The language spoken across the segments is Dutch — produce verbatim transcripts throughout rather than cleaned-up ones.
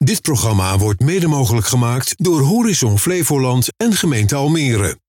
Dit programma wordt mede mogelijk gemaakt door Horizon Flevoland en gemeente Almere.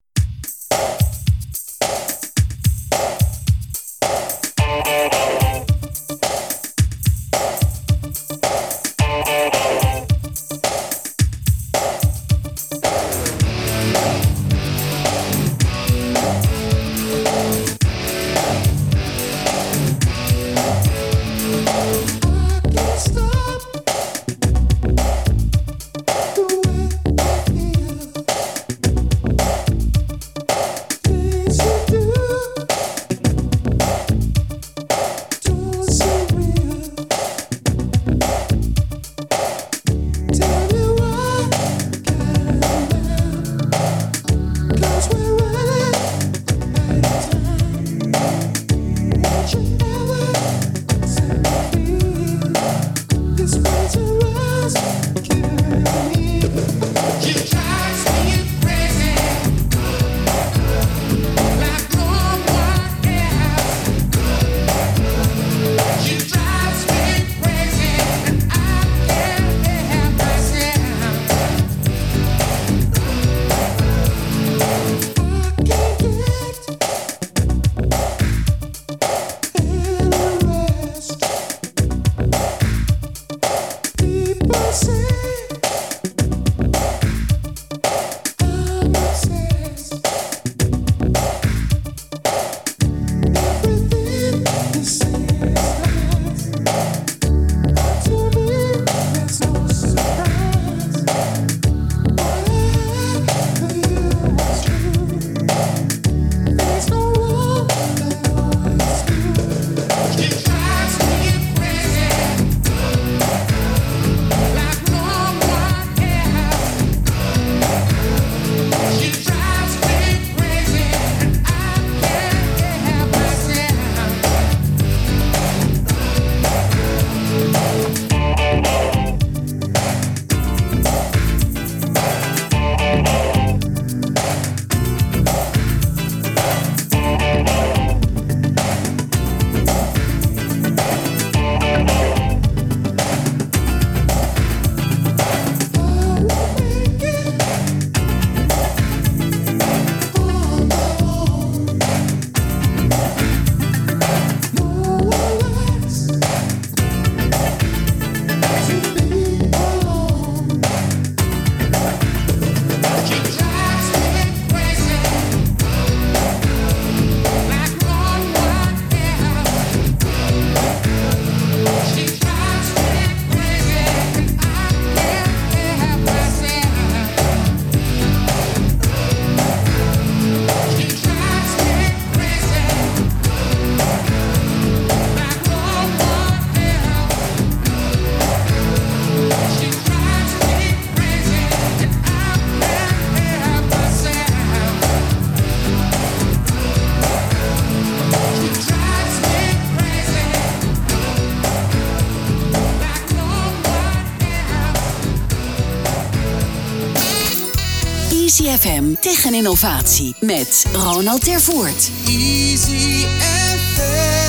Easy F M tegen innovatie met Ronald Tervoort. Easy F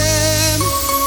M.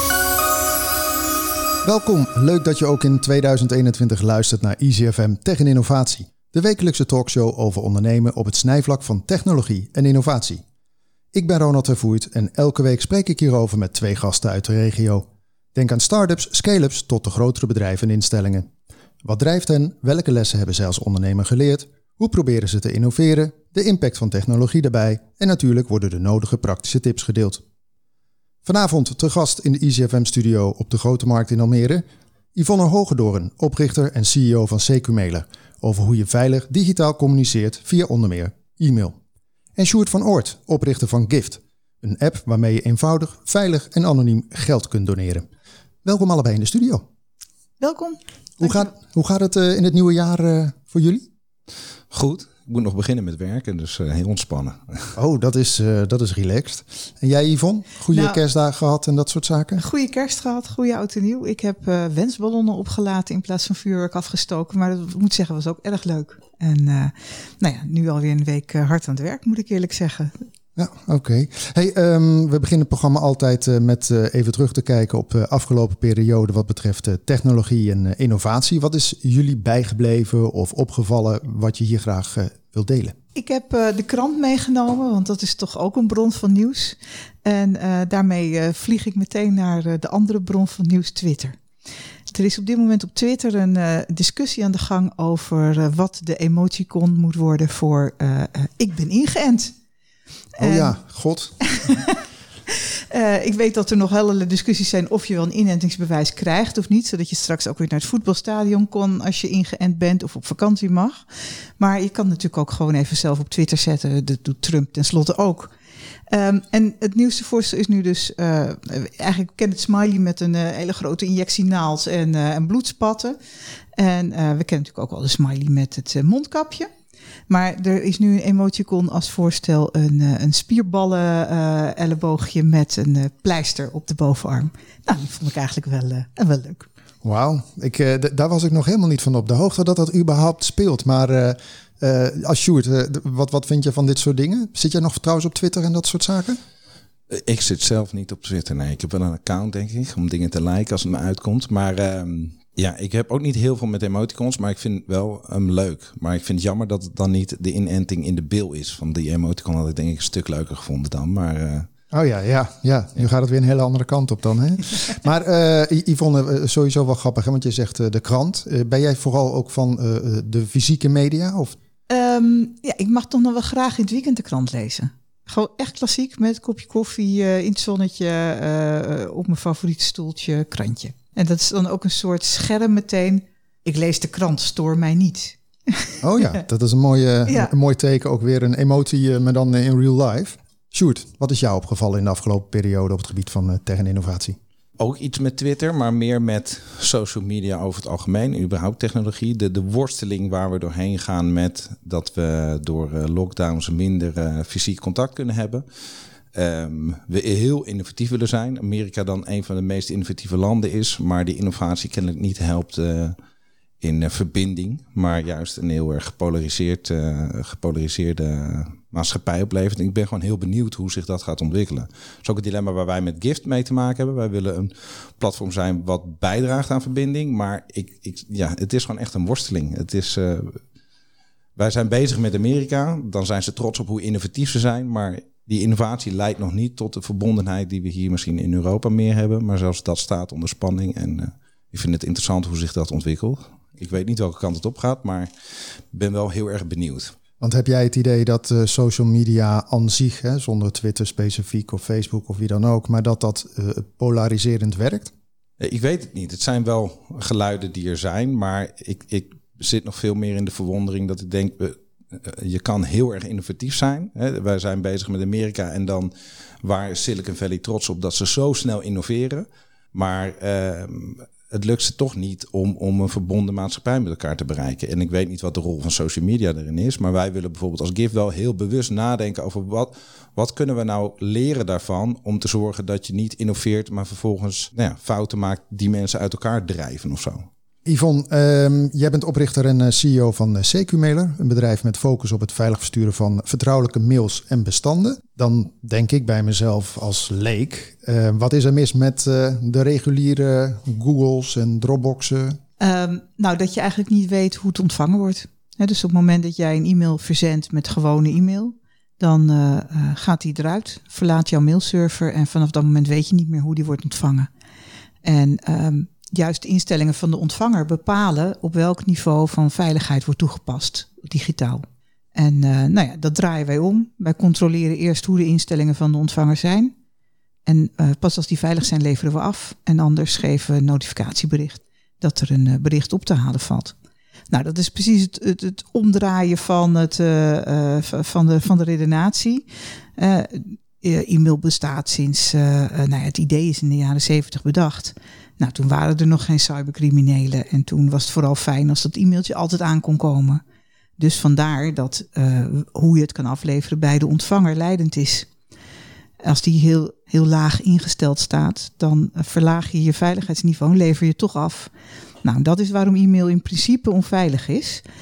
Welkom, leuk dat je ook in tweeduizend eenentwintig luistert naar Easy F M tegen innovatie. De wekelijkse talkshow over ondernemen op het snijvlak van technologie en innovatie. Ik ben Ronald Tervoort en elke week spreek ik hierover met twee gasten uit de regio. Denk aan start-ups, scale-ups tot de grotere bedrijven en instellingen. Wat drijft hen? Welke lessen hebben zij als ondernemer geleerd? Hoe proberen ze te innoveren? De impact van technologie daarbij en natuurlijk worden de nodige praktische tips gedeeld. Vanavond te gast in de Easy F M-studio op de Grote Markt in Almere, Yvonne Hogedoorn, oprichter en C E O van C Q Mailer, over hoe je veilig digitaal communiceert via onder meer e-mail. En Sjoerd van Oort, oprichter van Gift, een app waarmee je eenvoudig, veilig en anoniem geld kunt doneren. Welkom allebei in de studio. Welkom. Hoe gaat, hoe gaat het uh, in het nieuwe jaar uh, voor jullie? Goed, ik moet nog beginnen met werken, dus uh, heel ontspannen. Oh, dat is, uh, dat is relaxed. En jij Yvonne, goede nou, kerstdagen gehad en dat soort zaken? Goede kerst gehad, goede oud en nieuw. Ik heb uh, wensballonnen opgelaten in plaats van vuurwerk afgestoken. Maar dat moet zeggen, was ook erg leuk. En uh, nou ja, nu alweer een week uh, hard aan het werk, moet ik eerlijk zeggen. Ja, oké. Okay. Hey, um, we beginnen het programma altijd uh, met uh, even terug te kijken op de uh, afgelopen periode wat betreft uh, technologie en uh, innovatie. Wat is jullie bijgebleven of opgevallen wat je hier graag uh, wilt delen? Ik heb uh, de krant meegenomen, want dat is toch ook een bron van nieuws. En uh, daarmee uh, vlieg ik meteen naar uh, de andere bron van nieuws, Twitter. Er is op dit moment op Twitter een uh, discussie aan de gang over uh, wat de emoticon moet worden voor uh, uh, ik ben ingeënt. Oh en, ja, god. uh, ik weet dat er nog hele discussies zijn of je wel een inentingsbewijs krijgt of niet. Zodat je straks ook weer naar het voetbalstadion kon als je ingeënt bent of op vakantie mag. Maar je kan natuurlijk ook gewoon even zelf op Twitter zetten. Dat doet Trump tenslotte ook. Um, en het nieuwste voorstel is nu dus, uh, eigenlijk ken het smiley met een uh, hele grote injectie naald en, uh, en bloedspatten. En uh, we kennen natuurlijk ook wel de smiley met het uh, mondkapje. Maar er is nu een emoticon als voorstel een, uh, een spierballen uh, elleboogje met een uh, pleister op de bovenarm. Nou, die vond ik eigenlijk wel, uh, wel leuk. Wauw, ik, uh, d- daar was ik nog helemaal niet van op de hoogte dat dat überhaupt speelt. Maar uh, uh, als Sjoerd, uh, wat, wat vind je van dit soort dingen? Zit jij nog vertrouwens op Twitter en dat soort zaken? Ik zit zelf niet op Twitter, nee. Ik heb wel een account, denk ik, om dingen te liken als het me uitkomt. Maar um, ja, ik heb ook niet heel veel met emoticons, maar ik vind het wel um, leuk. Maar ik vind het jammer dat het dan niet de inenting in de bil is. Van die emoticon had ik denk ik een stuk leuker gevonden dan, maar... Uh, Oh ja, ja, ja. Nu gaat het weer een hele andere kant op dan. Hè? Maar uh, Yvonne, sowieso wel grappig, hè? Want je zegt uh, de krant. Uh, ben jij vooral ook van uh, de fysieke media? Of? Um, ja, ik mag toch nog wel graag in het weekend de krant lezen. Gewoon echt klassiek met een kopje koffie uh, in het zonnetje, uh, op mijn favoriete stoeltje, krantje. En dat is dan ook een soort scherm meteen. Ik lees de krant, stoor mij niet. Oh ja, dat is een, mooie, ja. een mooi teken. Ook weer een emotie, maar dan in real life. Sjoerd, wat is jou opgevallen in de afgelopen periode op het gebied van uh, tech en innovatie? Ook iets met Twitter, maar meer met social media over het algemeen. Überhaupt technologie. De, de worsteling waar we doorheen gaan met dat we door uh, lockdowns minder uh, fysiek contact kunnen hebben. Um, we heel innovatief willen zijn. Amerika dan een van de meest innovatieve landen is. Maar die innovatie kennelijk niet helpt uh, in uh, verbinding. Maar juist een heel erg gepolariseerd, uh, gepolariseerde maatschappij oplevert. En ik ben gewoon heel benieuwd hoe zich dat gaat ontwikkelen. Dat is ook het dilemma waar wij met Gift mee te maken hebben. Wij willen een platform zijn wat bijdraagt aan verbinding. Maar ik, ik, ja, het is gewoon echt een worsteling. Het is, uh, wij zijn bezig met Amerika. Dan zijn ze trots op hoe innovatief ze zijn. Maar die innovatie leidt nog niet tot de verbondenheid die we hier misschien in Europa meer hebben. Maar zelfs dat staat onder spanning. En uh, ik vind het interessant hoe zich dat ontwikkelt. Ik weet niet welke kant het op gaat, maar ben wel heel erg benieuwd. Want heb jij het idee dat uh, social media aan zich, hè, zonder Twitter specifiek of Facebook of wie dan ook, maar dat dat uh, polariserend werkt? Ik weet het niet. Het zijn wel geluiden die er zijn, maar ik, ik zit nog veel meer in de verwondering dat ik denk, uh, je kan heel erg innovatief zijn. Hè. Wij zijn bezig met Amerika en dan waar Silicon Valley trots op dat ze zo snel innoveren. Maar uh, het lukt ze toch niet om, om een verbonden maatschappij met elkaar te bereiken. En ik weet niet wat de rol van social media erin is. Maar wij willen bijvoorbeeld als Gift wel heel bewust nadenken over wat, wat kunnen we nou leren daarvan om te zorgen dat je niet innoveert, maar vervolgens nou ja, fouten maakt die mensen uit elkaar drijven of zo. Yvonne, um, jij bent oprichter en C E O van C Q-Mailer, een bedrijf met focus op het veilig versturen van vertrouwelijke mails en bestanden. Dan denk ik bij mezelf als leek, uh, wat is er mis met uh, de reguliere Googles en Dropboxen? Um, nou, dat je eigenlijk niet weet hoe het ontvangen wordt. He, dus op het moment dat jij een e-mail verzendt met gewone e-mail, dan uh, uh, gaat die eruit, verlaat jouw mailserver en vanaf dat moment weet je niet meer hoe die wordt ontvangen. En um, juist de instellingen van de ontvanger bepalen op welk niveau van veiligheid wordt toegepast, digitaal. En uh, nou ja, dat draaien wij om. Wij controleren eerst hoe de instellingen van de ontvanger zijn. En uh, pas als die veilig zijn, leveren we af. En anders geven we een notificatiebericht dat er een uh, bericht op te halen valt. Nou, dat is precies het, het, het omdraaien van, het, uh, uh, van, de, van de redenatie. Uh, e-mail bestaat sinds, uh, uh, nou ja, het idee is in de jaren zeventig bedacht. Nou, toen waren er nog geen cybercriminelen. En toen was het vooral fijn als dat e-mailtje altijd aan kon komen. Dus vandaar dat uh, hoe je het kan afleveren bij de ontvanger leidend is. Als die heel, heel laag ingesteld staat, dan verlaag je je veiligheidsniveau en lever je toch af. Nou, dat is waarom e-mail in principe onveilig is.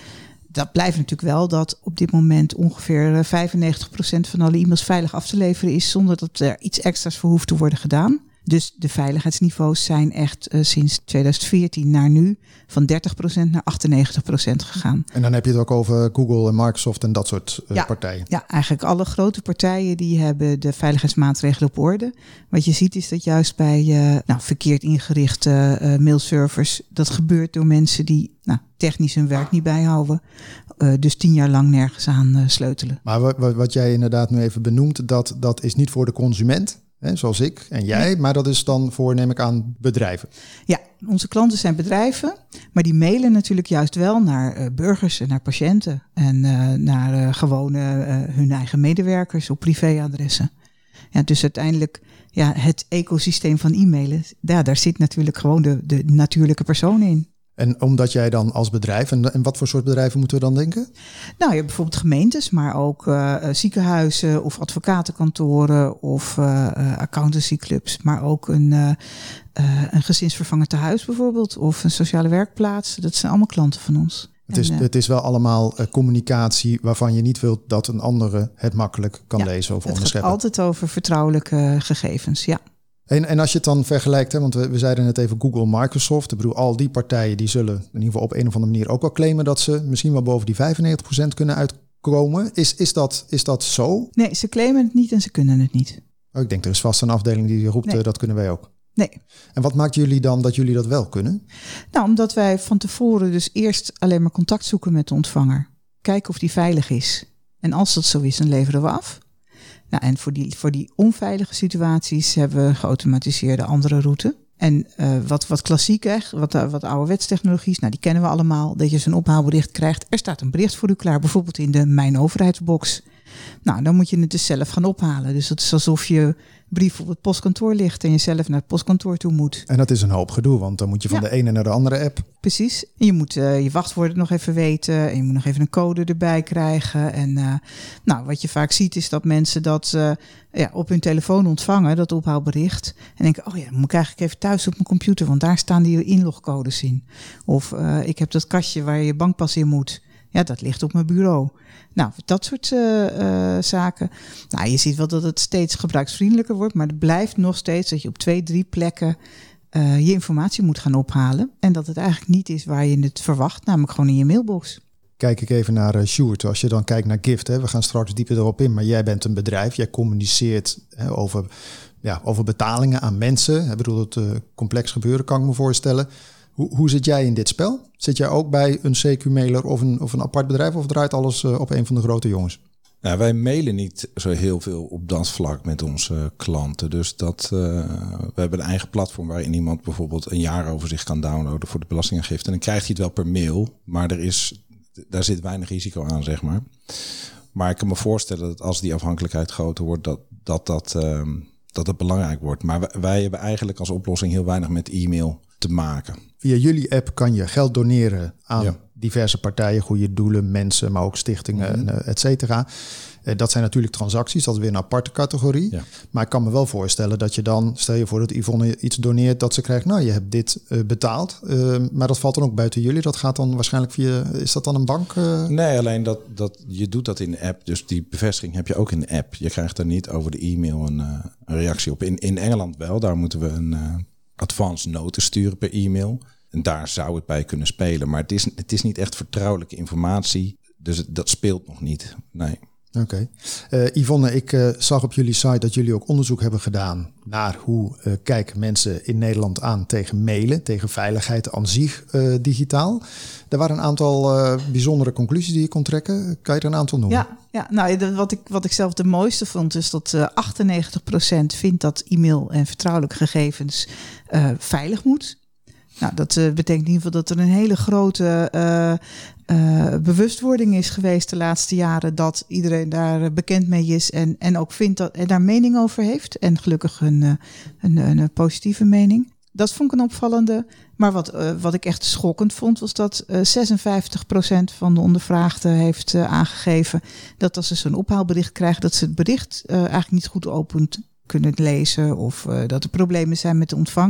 dat blijft natuurlijk wel dat op dit moment ongeveer vijfennegentig procent van alle e-mails veilig af te leveren is zonder dat er iets extra's voor hoeft te worden gedaan. Dus de veiligheidsniveaus zijn echt uh, sinds tweeduizend veertien naar nu van dertig procent naar achtennegentig procent gegaan. En dan heb je het ook over Google en Microsoft en dat soort uh, ja, partijen. Ja, eigenlijk alle grote partijen die hebben de veiligheidsmaatregelen op orde. Wat je ziet is dat juist bij uh, nou, verkeerd ingerichte uh, mailservers, dat gebeurt door mensen die nou, technisch hun werk niet bijhouden. Uh, dus tien jaar lang nergens aan uh, sleutelen. Maar wat, wat jij inderdaad nu even benoemt, dat, dat is niet voor de consument. Hè, zoals ik en jij, nee. Maar dat is dan voor, neem ik aan, bedrijven. Ja, onze klanten zijn bedrijven, maar die mailen natuurlijk juist wel naar uh, burgers en naar patiënten en uh, naar uh, gewone uh, hun eigen medewerkers op privéadressen. Ja, dus uiteindelijk, ja, het ecosysteem van e-mailen, ja, daar zit natuurlijk gewoon de, de natuurlijke persoon in. En omdat jij dan als bedrijf, en, en wat voor soort bedrijven moeten we dan denken? Nou, je hebt bijvoorbeeld gemeentes, maar ook uh, ziekenhuizen of advocatenkantoren of uh, uh, accountancyclubs, maar ook een, uh, uh, een gezinsvervangend tehuis bijvoorbeeld of een sociale werkplaats. Dat zijn allemaal klanten van ons. Het is, en, uh, het is wel allemaal uh, communicatie waarvan je niet wilt dat een andere het makkelijk kan ja, lezen of het onderscheppen. Het gaat altijd over vertrouwelijke gegevens, ja. En, en als je het dan vergelijkt, hè, want we, we zeiden net even Google, Microsoft. Ik bedoel, al die partijen die zullen in ieder geval op een of andere manier ook wel claimen dat ze misschien wel boven die vijfennegentig procent kunnen uitkomen. Is, is, dat, is dat zo? Nee, ze claimen het niet en ze kunnen het niet. Oh, ik denk er is vast een afdeling die roept, nee. uh, dat kunnen wij ook. Nee. En wat maakt jullie dan dat jullie dat wel kunnen? Nou, omdat wij van tevoren dus eerst alleen maar contact zoeken met de ontvanger. Kijken of die veilig is. En als dat zo is, dan leveren we af. Nou, en voor die, voor die onveilige situaties hebben we een geautomatiseerde andere route. En uh, wat, wat klassiek, hè, wat, wat ouderwets technologie is, nou, die kennen we allemaal. Dat je zo'n ophaalbericht krijgt. Er staat een bericht voor u klaar, bijvoorbeeld in de Mijn Overheidsbox. Nou, dan moet je het dus zelf gaan ophalen. Dus dat is alsof je brief op het postkantoor ligt en je zelf naar het postkantoor toe moet. En dat is een hoop gedoe, want dan moet je van ja. de ene naar de andere app. Precies. En je moet uh, je wachtwoorden nog even weten en je moet nog even een code erbij krijgen. En uh, nou, wat je vaak ziet is dat mensen dat uh, ja, op hun telefoon ontvangen, dat ophaalbericht. En denken, oh ja, dan moet ik eigenlijk even thuis op mijn computer, want daar staan die inlogcodes in. Of uh, ik heb dat kastje waar je bankpas in moet. Ja, dat ligt op mijn bureau. Nou, dat soort uh, uh, zaken. Nou, je ziet wel dat het steeds gebruiksvriendelijker wordt, maar het blijft nog steeds dat je op twee, drie plekken uh, je informatie moet gaan ophalen. En dat het eigenlijk niet is waar je het verwacht, namelijk gewoon in je mailbox. Kijk ik even naar uh, Sjoerd. Als je dan kijkt naar Gift, hè, we gaan straks dieper erop in, maar jij bent een bedrijf, jij communiceert hè, over, ja, over betalingen aan mensen. Ik bedoel, het uh, complex gebeuren kan ik me voorstellen. Hoe, hoe zit jij in dit spel? Zit jij ook bij een C Q-mailer of een, of een apart bedrijf of draait alles uh, op een van de grote jongens? Ja, wij mailen niet zo heel veel op dat vlak met onze klanten. Dus dat, uh, we hebben een eigen platform waarin iemand bijvoorbeeld een jaaroverzicht kan downloaden voor de belastingaangifte. En dan krijgt hij het wel per mail, maar er is, daar zit weinig risico aan, zeg maar. Maar ik kan me voorstellen dat als die afhankelijkheid groter wordt, dat dat, dat, uh, dat het belangrijk wordt. Maar wij, wij hebben eigenlijk als oplossing heel weinig met e-mail te maken. Via jullie app kan je geld doneren aan ja. diverse partijen, goede doelen, mensen, maar ook stichtingen, mm-hmm. et cetera. Dat zijn natuurlijk transacties, dat is weer een aparte categorie. Ja. Maar ik kan me wel voorstellen dat je dan, stel je voor dat Yvonne iets doneert, dat ze krijgt, nou je hebt dit uh, betaald. Uh, maar dat valt dan ook buiten jullie. Dat gaat dan waarschijnlijk via, is dat dan een bank? Uh? Nee, alleen dat, dat je doet dat in de app. Dus die bevestiging heb je ook in de app. Je krijgt er niet over de e-mail een, uh, een reactie op. In, in Engeland wel, daar moeten we een uh, advance notice sturen per e-mail. En daar zou het bij kunnen spelen. Maar het is, het is niet echt vertrouwelijke informatie. Dus het, dat speelt nog niet. Nee. Oké. Okay. Uh, Yvonne, ik uh, zag op jullie site dat jullie ook onderzoek hebben gedaan naar hoe uh, kijken mensen in Nederland aan tegen mailen, tegen veiligheid aan zich uh, digitaal. Er waren een aantal uh, bijzondere conclusies die je kon trekken. Kan je er een aantal noemen? Ja, ja nou, de, wat, ik, wat ik zelf de mooiste vond is dat uh, achtennegentig procent vindt dat e-mail en vertrouwelijke gegevens uh, veilig moet. Nou, dat uh, betekent in ieder geval dat er een hele grote uh, uh, bewustwording is geweest de laatste jaren, dat iedereen daar uh, bekend mee is en, en ook vindt dat en daar mening over heeft. En gelukkig een, uh, een, een, een positieve mening. Dat vond ik een opvallende. Maar wat, uh, wat ik echt schokkend vond, was dat uh, zesenvijftig procent van de ondervraagden heeft uh, aangegeven dat als ze zo'n ophaalbericht krijgen, dat ze het bericht uh, eigenlijk niet goed open kunnen lezen of uh, dat er problemen zijn met de ontvangst.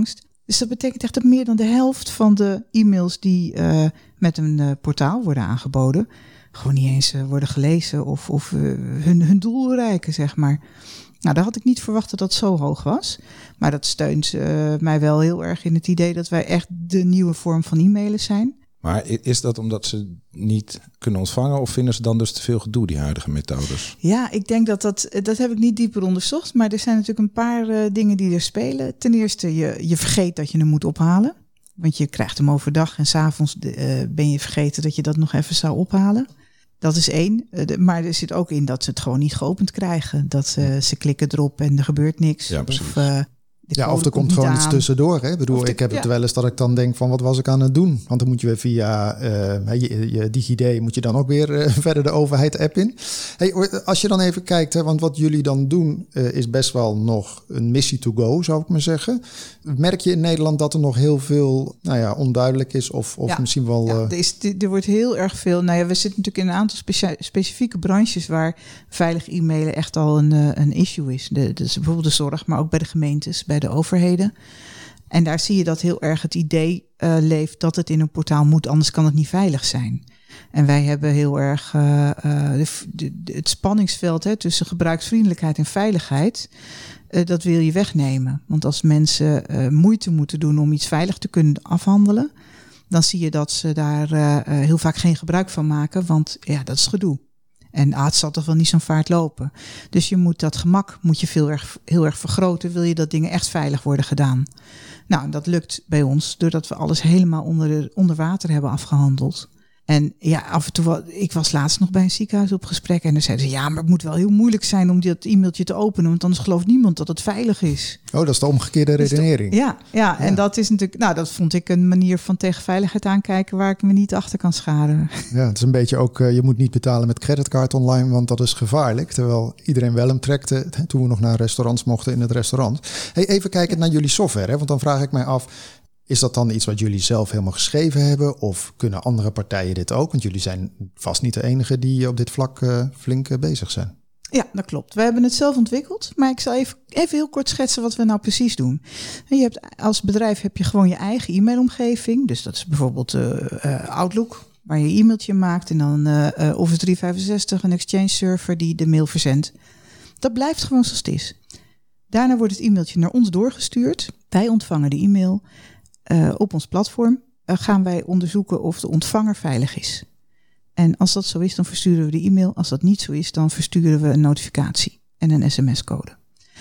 Dus dat betekent echt dat meer dan de helft van de e-mails die uh, met een uh, portaal worden aangeboden, gewoon niet eens uh, worden gelezen of, of uh, hun, hun doel bereiken, zeg maar. Nou, daar had ik niet verwacht dat dat zo hoog was. Maar dat steunt uh, mij wel heel erg in het idee dat wij echt de nieuwe vorm van e-mailen zijn. Maar is dat omdat ze niet kunnen ontvangen of vinden ze dan dus te veel gedoe, die huidige methodes? Ja, ik denk dat dat, dat heb ik niet dieper onderzocht. Maar er zijn natuurlijk een paar uh, dingen die er spelen. Ten eerste, je, je vergeet dat je hem moet ophalen. Want je krijgt hem overdag en 's avonds uh, ben je vergeten dat je dat nog even zou ophalen. Dat is één. Uh, de, maar er zit ook in dat ze het gewoon niet geopend krijgen. Dat uh, ze klikken erop en er gebeurt niks. Ja, precies. Of, uh, Ja, of er komt gewoon aan. iets tussendoor. Hè? Ik bedoel, de, ik heb het ja. wel eens dat ik dan denk van wat was ik aan het doen? Want dan moet je weer via uh, je, je DigiD moet je dan ook weer uh, verder de overheid-app in. Hey, als je dan even kijkt, hè, want wat jullie dan doen uh, is best wel nog een missie to go, zou ik maar zeggen. Merk je in Nederland dat er nog heel veel nou ja, onduidelijk is of, of ja. misschien wel... Uh... Ja, er, is, er wordt heel erg veel... Nou ja, we zitten natuurlijk in een aantal specia- specifieke branches waar veilig e-mailen echt al een, uh, een issue is. De, dus bijvoorbeeld de zorg, maar ook bij de gemeentes, bij de overheden. En daar zie je dat heel erg het idee uh, leeft dat het in een portaal moet, anders kan het niet veilig zijn. En wij hebben heel erg uh, uh, de, de, het spanningsveld hè, tussen gebruiksvriendelijkheid en veiligheid, uh, dat wil je wegnemen. Want als mensen uh, moeite moeten doen om iets veilig te kunnen afhandelen, dan zie je dat ze daar uh, heel vaak geen gebruik van maken, want ja, dat is gedoe. En ah, het zal toch wel niet zo'n vaart lopen. Dus je moet dat gemak moet je veel erg, heel erg vergroten. Wil je dat dingen echt veilig worden gedaan. Nou, dat lukt bij ons doordat we alles helemaal onder, de, onder water hebben afgehandeld. En ja, af en toe, ik was laatst nog bij een ziekenhuis op gesprek. En dan zeiden ze, ja, maar het moet wel heel moeilijk zijn om dat e-mailtje te openen. Want anders gelooft niemand dat het veilig is. Oh, dat is de omgekeerde redenering. Ja, ja, ja, en dat is natuurlijk, nou, dat vond ik een manier van tegen veiligheid aankijken waar ik me niet achter kan scharen. Ja, het is een beetje ook, uh, je moet niet betalen met creditcard online, want dat is gevaarlijk. Terwijl iedereen wel hem trekte toen we nog naar restaurants mochten in het restaurant. Hey, even kijken ja. naar jullie software, hè, want dan vraag ik mij af, is dat dan iets wat jullie zelf helemaal geschreven hebben? Of kunnen andere partijen dit ook? Want jullie zijn vast niet de enige die op dit vlak uh, flink uh, bezig zijn. Ja, dat klopt. We hebben het zelf ontwikkeld. Maar ik zal even, even heel kort schetsen wat we nou precies doen. En je hebt, als bedrijf heb je gewoon je eigen e-mailomgeving. Dus dat is bijvoorbeeld uh, uh, Outlook, waar je e-mailtje maakt. En dan uh, uh, Office driehonderdvijfenzestig, een Exchange server die de mail verzendt. Dat blijft gewoon zoals het is. Daarna wordt het e-mailtje naar ons doorgestuurd. Wij ontvangen de e-mail. Uh, op ons platform uh, gaan wij onderzoeken of de ontvanger veilig is. En als dat zo is, dan versturen we de e-mail. Als dat niet zo is, dan versturen we een notificatie en een sms-code.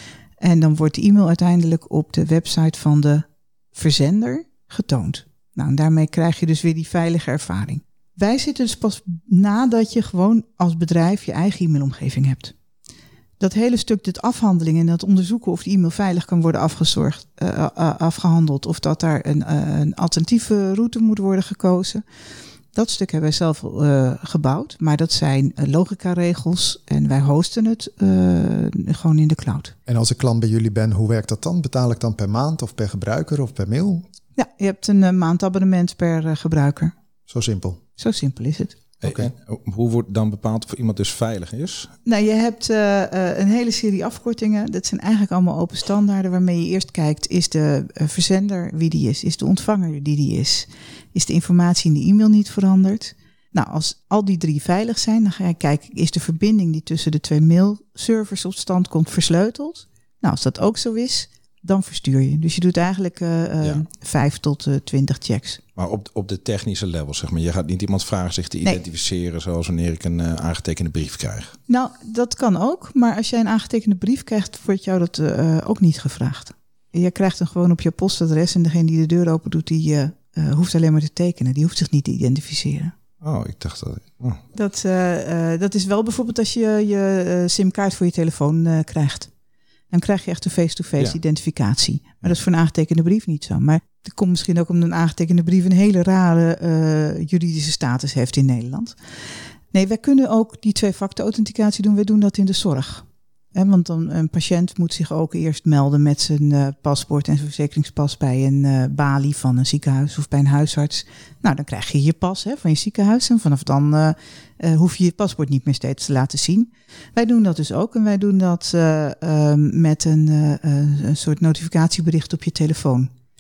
En dan wordt de e-mail uiteindelijk op de website van de verzender getoond. Nou, en daarmee krijg je dus weer die veilige ervaring. Wij zitten dus pas nadat je gewoon als bedrijf je eigen e-mailomgeving hebt. Dat hele stuk, dit afhandeling en dat onderzoeken of de e-mail veilig kan worden afgezorgd, uh, uh, afgehandeld, of dat daar een, uh, een alternatieve route moet worden gekozen. Dat stuk hebben wij zelf uh, gebouwd, maar dat zijn uh, logica-regels en wij hosten het uh, gewoon in de cloud. En als ik klant bij jullie ben, hoe werkt dat dan? Betaal ik dan per maand of per gebruiker of per mail? Ja, je hebt een uh, maandabonnement per uh, gebruiker. Zo simpel? Zo simpel is het. Okay. Hoe wordt dan bepaald of iemand dus veilig is? Nou, je hebt uh, uh, een hele serie afkortingen. Dat zijn eigenlijk allemaal open standaarden waarmee je eerst kijkt, is de uh, verzender wie die is? Is de ontvanger die die is? Is de informatie in de e-mail niet veranderd? Nou, als al die drie veilig zijn, dan ga je kijken, is de verbinding die tussen de twee mailservers tot stand komt versleuteld? Nou, als dat ook zo is, dan verstuur je. Dus je doet eigenlijk uh, uh, ja. vijf tot uh, twintig checks. Maar op, op de technische level, zeg maar. Je gaat niet iemand vragen zich te nee. identificeren, zoals wanneer ik een uh, aangetekende brief krijg. Nou, dat kan ook. Maar als jij een aangetekende brief krijgt, wordt jou dat uh, ook niet gevraagd. Je krijgt hem gewoon op je postadres en degene die de deur open doet, die uh, uh, hoeft alleen maar te tekenen. Die hoeft zich niet te identificeren. Oh, ik dacht dat... Oh. Dat, uh, uh, dat is wel bijvoorbeeld als je je uh, simkaart voor je telefoon uh, krijgt. Dan krijg je echt een face-to-face ja. identificatie. Maar dat is voor een aangetekende brief niet zo. Maar het komt misschien ook omdat een aangetekende brief een hele rare uh, juridische status heeft in Nederland. Nee, wij kunnen ook die twee-factor authenticatie doen. Wij doen dat in de zorg. He, want dan een patiënt moet zich ook eerst melden met zijn uh, paspoort en zijn verzekeringspas bij een uh, balie van een ziekenhuis of bij een huisarts. Nou, dan krijg je je pas hè, van je ziekenhuis en vanaf dan uh, uh, hoef je je paspoort niet meer steeds te laten zien. Wij doen dat dus ook en wij doen dat uh, uh, met een, uh, een soort notificatiebericht op je telefoon. Ja.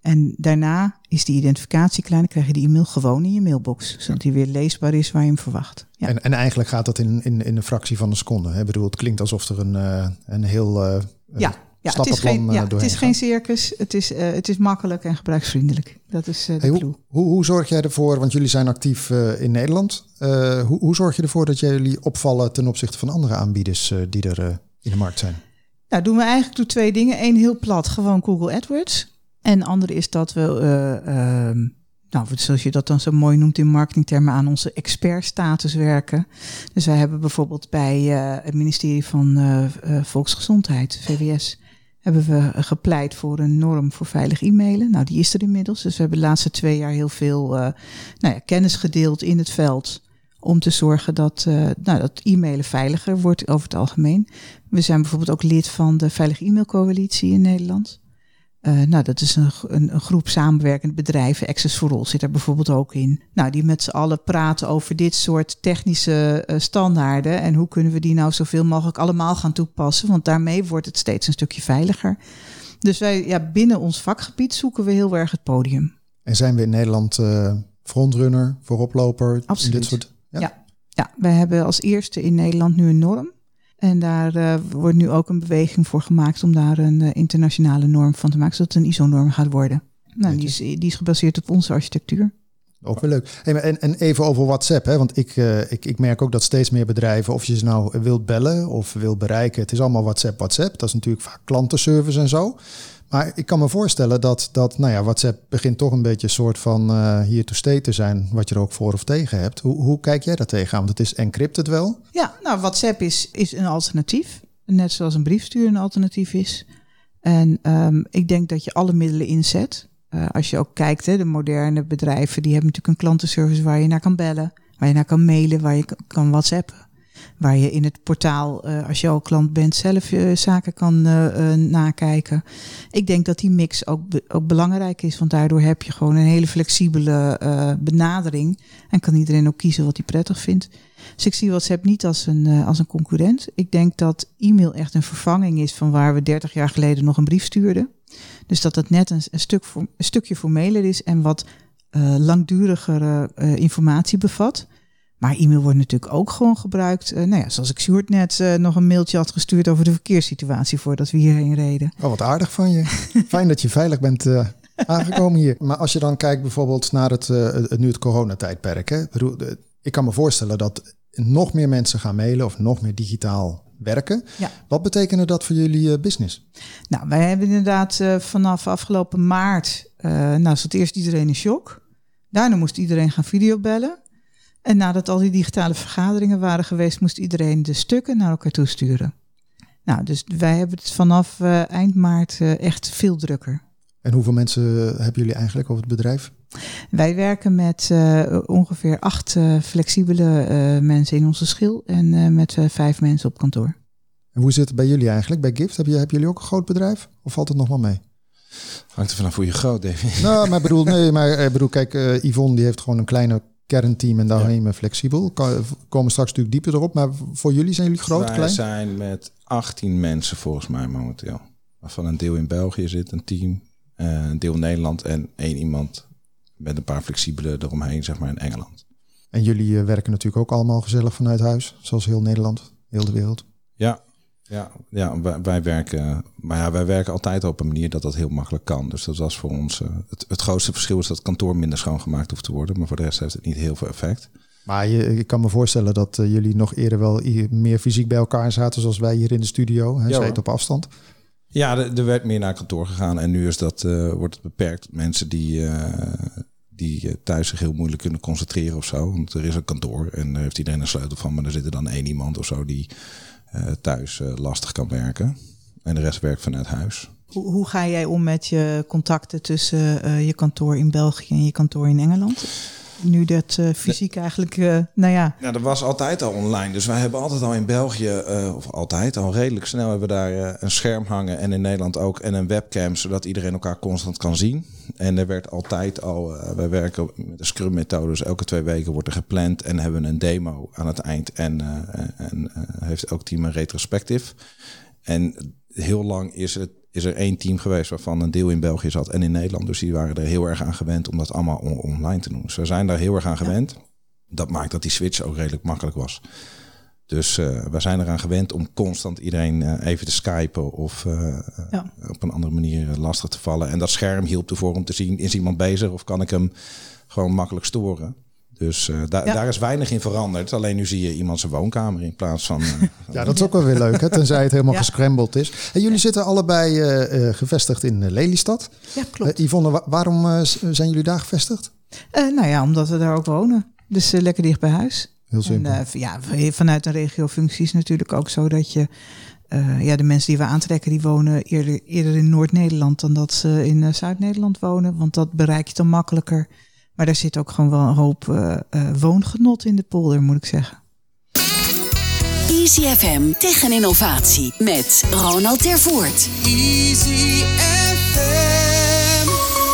En daarna is die identificatie klein, dan krijg je die e-mail gewoon in je mailbox. Zodat die weer leesbaar is waar je hem verwacht. Ja. En, en eigenlijk gaat dat in, in, in een fractie van een seconde. Hè? Ik bedoel, het klinkt alsof er een, uh, een heel uh, ja. Ja, het is geen, ja, het is geen circus. Het is, uh, het is makkelijk en gebruiksvriendelijk. Dat is uh, de hey, clue. Hoe, hoe, hoe zorg jij ervoor, want jullie zijn actief uh, in Nederland. Uh, hoe, hoe zorg je ervoor dat jullie opvallen ten opzichte van andere aanbieders uh, die er uh, in de markt zijn? Nou, doen we eigenlijk door twee dingen. Eén heel plat, gewoon Google AdWords. En de andere is dat we, uh, uh, nou, zoals je dat dan zo mooi noemt in marketingtermen, aan onze expertstatus werken. Dus wij hebben bijvoorbeeld bij uh, het ministerie van uh, uh, Volksgezondheid, V W S, hebben we gepleit voor een norm voor veilig e-mailen. Nou, die is er inmiddels. Dus we hebben de laatste twee jaar heel veel uh, nou ja, kennis gedeeld in het veld om te zorgen dat, uh, nou, dat e-mailen veiliger wordt over het algemeen. We zijn bijvoorbeeld ook lid van de Veilige E-mailcoalitie in Nederland. Uh, nou, dat is een, een, een groep samenwerkende bedrijven. Access for All zit er bijvoorbeeld ook in. Nou, die met z'n allen praten over dit soort technische uh, standaarden. En hoe kunnen we die nou zoveel mogelijk allemaal gaan toepassen. Want daarmee wordt het steeds een stukje veiliger. Dus wij, ja, binnen ons vakgebied zoeken we heel erg het podium. En zijn we in Nederland uh, frontrunner, vooroploper? Absoluut. In dit soort, ja? Ja, ja, wij hebben als eerste in Nederland nu een norm. En daar uh, wordt nu ook een beweging voor gemaakt om daar een uh, internationale norm van te maken, zodat het een I S O-norm gaat worden. Nou, die is, die is gebaseerd op onze architectuur. Ook weer leuk. Hey, en, en even over WhatsApp, hè? Want ik, uh, ik, ik merk ook dat steeds meer bedrijven, of je ze nou wilt bellen of wilt bereiken, het is allemaal WhatsApp, WhatsApp. Dat is natuurlijk vaak klantenservice en zo. Maar ik kan me voorstellen dat, dat nou ja, WhatsApp begint toch een beetje een soort van uh, here to stay te zijn, wat je er ook voor of tegen hebt. Hoe, hoe kijk jij daar tegenaan? Want het is encrypted wel. Ja, nou, WhatsApp is, is een alternatief. Net zoals een briefstuur een alternatief is. En um, ik denk dat je alle middelen inzet. Uh, als je ook kijkt, hè, de moderne bedrijven, die hebben natuurlijk een klantenservice waar je naar kan bellen, waar je naar kan mailen, waar je kan WhatsAppen. Waar je in het portaal, uh, als je al klant bent, zelf uh, zaken kan uh, uh, nakijken. Ik denk dat die mix ook, be- ook belangrijk is. Want daardoor heb je gewoon een hele flexibele uh, benadering. En kan iedereen ook kiezen wat hij prettig vindt. Dus ik zie WhatsApp niet als een, uh, als een concurrent. Ik denk dat e-mail echt een vervanging is van waar we dertig jaar geleden nog een brief stuurden. Dus dat het net een, een, stuk voor, een stukje formeler is en wat uh, langdurigere uh, informatie bevat. Maar e-mail wordt natuurlijk ook gewoon gebruikt. Uh, nou ja, zoals ik Sjoerd net uh, nog een mailtje had gestuurd over de verkeerssituatie voordat we hierheen reden. Oh, wat aardig van je. Fijn dat je veilig bent uh, aangekomen hier. Maar als je dan kijkt bijvoorbeeld naar het, uh, het nu het coronatijdperk. Hè? Ik kan me voorstellen dat nog meer mensen gaan mailen of nog meer digitaal werken. Ja. Wat betekende dat voor jullie uh, business? Nou, wij hebben inderdaad uh, vanaf afgelopen maart, uh, nou zat eerst iedereen in shock. Daarna moest iedereen gaan videobellen. En nadat al die digitale vergaderingen waren geweest, moest iedereen de stukken naar elkaar toesturen. Nou, dus wij hebben het vanaf uh, eind maart uh, echt veel drukker. En hoeveel mensen hebben jullie eigenlijk over het bedrijf? Wij werken met uh, ongeveer acht uh, flexibele uh, mensen in onze schil en uh, met uh, vijf mensen op kantoor. En hoe zit het bij jullie eigenlijk? Bij Gift, hebben jullie ook een groot bedrijf? Of valt het nog wel mee? Hangt er vanaf hoe je groot, David. Nou, maar bedoel, nee, maar ik bedoel, kijk, uh, Yvonne die heeft gewoon een kleine kernteam en daarheen ja. flexibel. We komen straks natuurlijk dieper erop, maar voor jullie zijn jullie groot, Wij klein? Wij zijn met achttien mensen volgens mij momenteel. Waarvan een deel in België zit, een team. Uh, een deel in Nederland en één iemand met een paar flexibelen eromheen, zeg maar, in Engeland. En jullie uh, werken natuurlijk ook allemaal gezellig vanuit huis, zoals heel Nederland, heel de wereld. Ja, ja, ja wij, wij werken, maar ja, wij werken altijd op een manier dat dat heel makkelijk kan. Dus dat was voor ons uh, het, het grootste verschil is dat het kantoor minder schoongemaakt hoeft te worden, maar voor de rest heeft het niet heel veel effect. Maar je, ik kan me voorstellen dat uh, jullie nog eerder wel meer fysiek bij elkaar zaten, zoals wij hier in de studio. Hè, ja, zij het op afstand. Ja, er, er werd meer naar kantoor gegaan en nu is dat, uh, wordt het beperkt. Mensen die, uh, die uh, thuis zich heel moeilijk kunnen concentreren of zo. Want er is een kantoor en daar heeft iedereen een sleutel van. Maar er zit er dan één iemand of zo die uh, thuis uh, lastig kan werken. En de rest werkt vanuit huis. Hoe, hoe ga jij om met je contacten tussen uh, je kantoor in België en je kantoor in Engeland? Nu dat uh, fysiek eigenlijk, uh, nou ja. Ja, dat was altijd al online. Dus wij hebben altijd al in België, uh, of altijd al redelijk snel, hebben we daar uh, een scherm hangen. En in Nederland ook. En een webcam, zodat iedereen elkaar constant kan zien. En er werd altijd al, uh, wij werken met de Scrum methode. Dus elke twee weken wordt er gepland. En hebben we een demo aan het eind. En, uh, en uh, heeft elk team een retrospectief. En heel lang is het is er één team geweest waarvan een deel in België zat en in Nederland. Dus die waren er heel erg aan gewend om dat allemaal on- online te doen. Dus we zijn daar heel erg aan gewend. Ja. Dat maakt dat die switch ook redelijk makkelijk was. Dus uh, we zijn eraan gewend om constant iedereen uh, even te skypen of uh, ja. op een andere manier lastig te vallen. En dat scherm hielp ervoor om te zien, is iemand bezig of kan ik hem gewoon makkelijk storen. Dus uh, da- ja. daar is weinig in veranderd. Alleen nu zie je iemand zijn woonkamer in plaats van... Uh, ja, dat is ook wel weer leuk, hè? Tenzij het helemaal ja. gescrambled is. En jullie zitten allebei uh, uh, gevestigd in uh, Lelystad. Ja, klopt. Uh, Yvonne, wa- waarom uh, zijn jullie daar gevestigd? Uh, nou ja, omdat we daar ook wonen. Dus uh, lekker dicht bij huis. Heel simpel. En, uh, ja, vanuit een regiofunctie is natuurlijk ook zo dat je... Uh, ja, de mensen die we aantrekken, die wonen eerder, eerder in Noord-Nederland dan dat ze in uh, Zuid-Nederland wonen. Want dat bereik je dan makkelijker. Maar daar zit ook gewoon wel een hoop uh, uh, woongenot in de polder, moet ik zeggen. Easy F M Tech en Innovatie met Ronald Tervoort. Easy F M.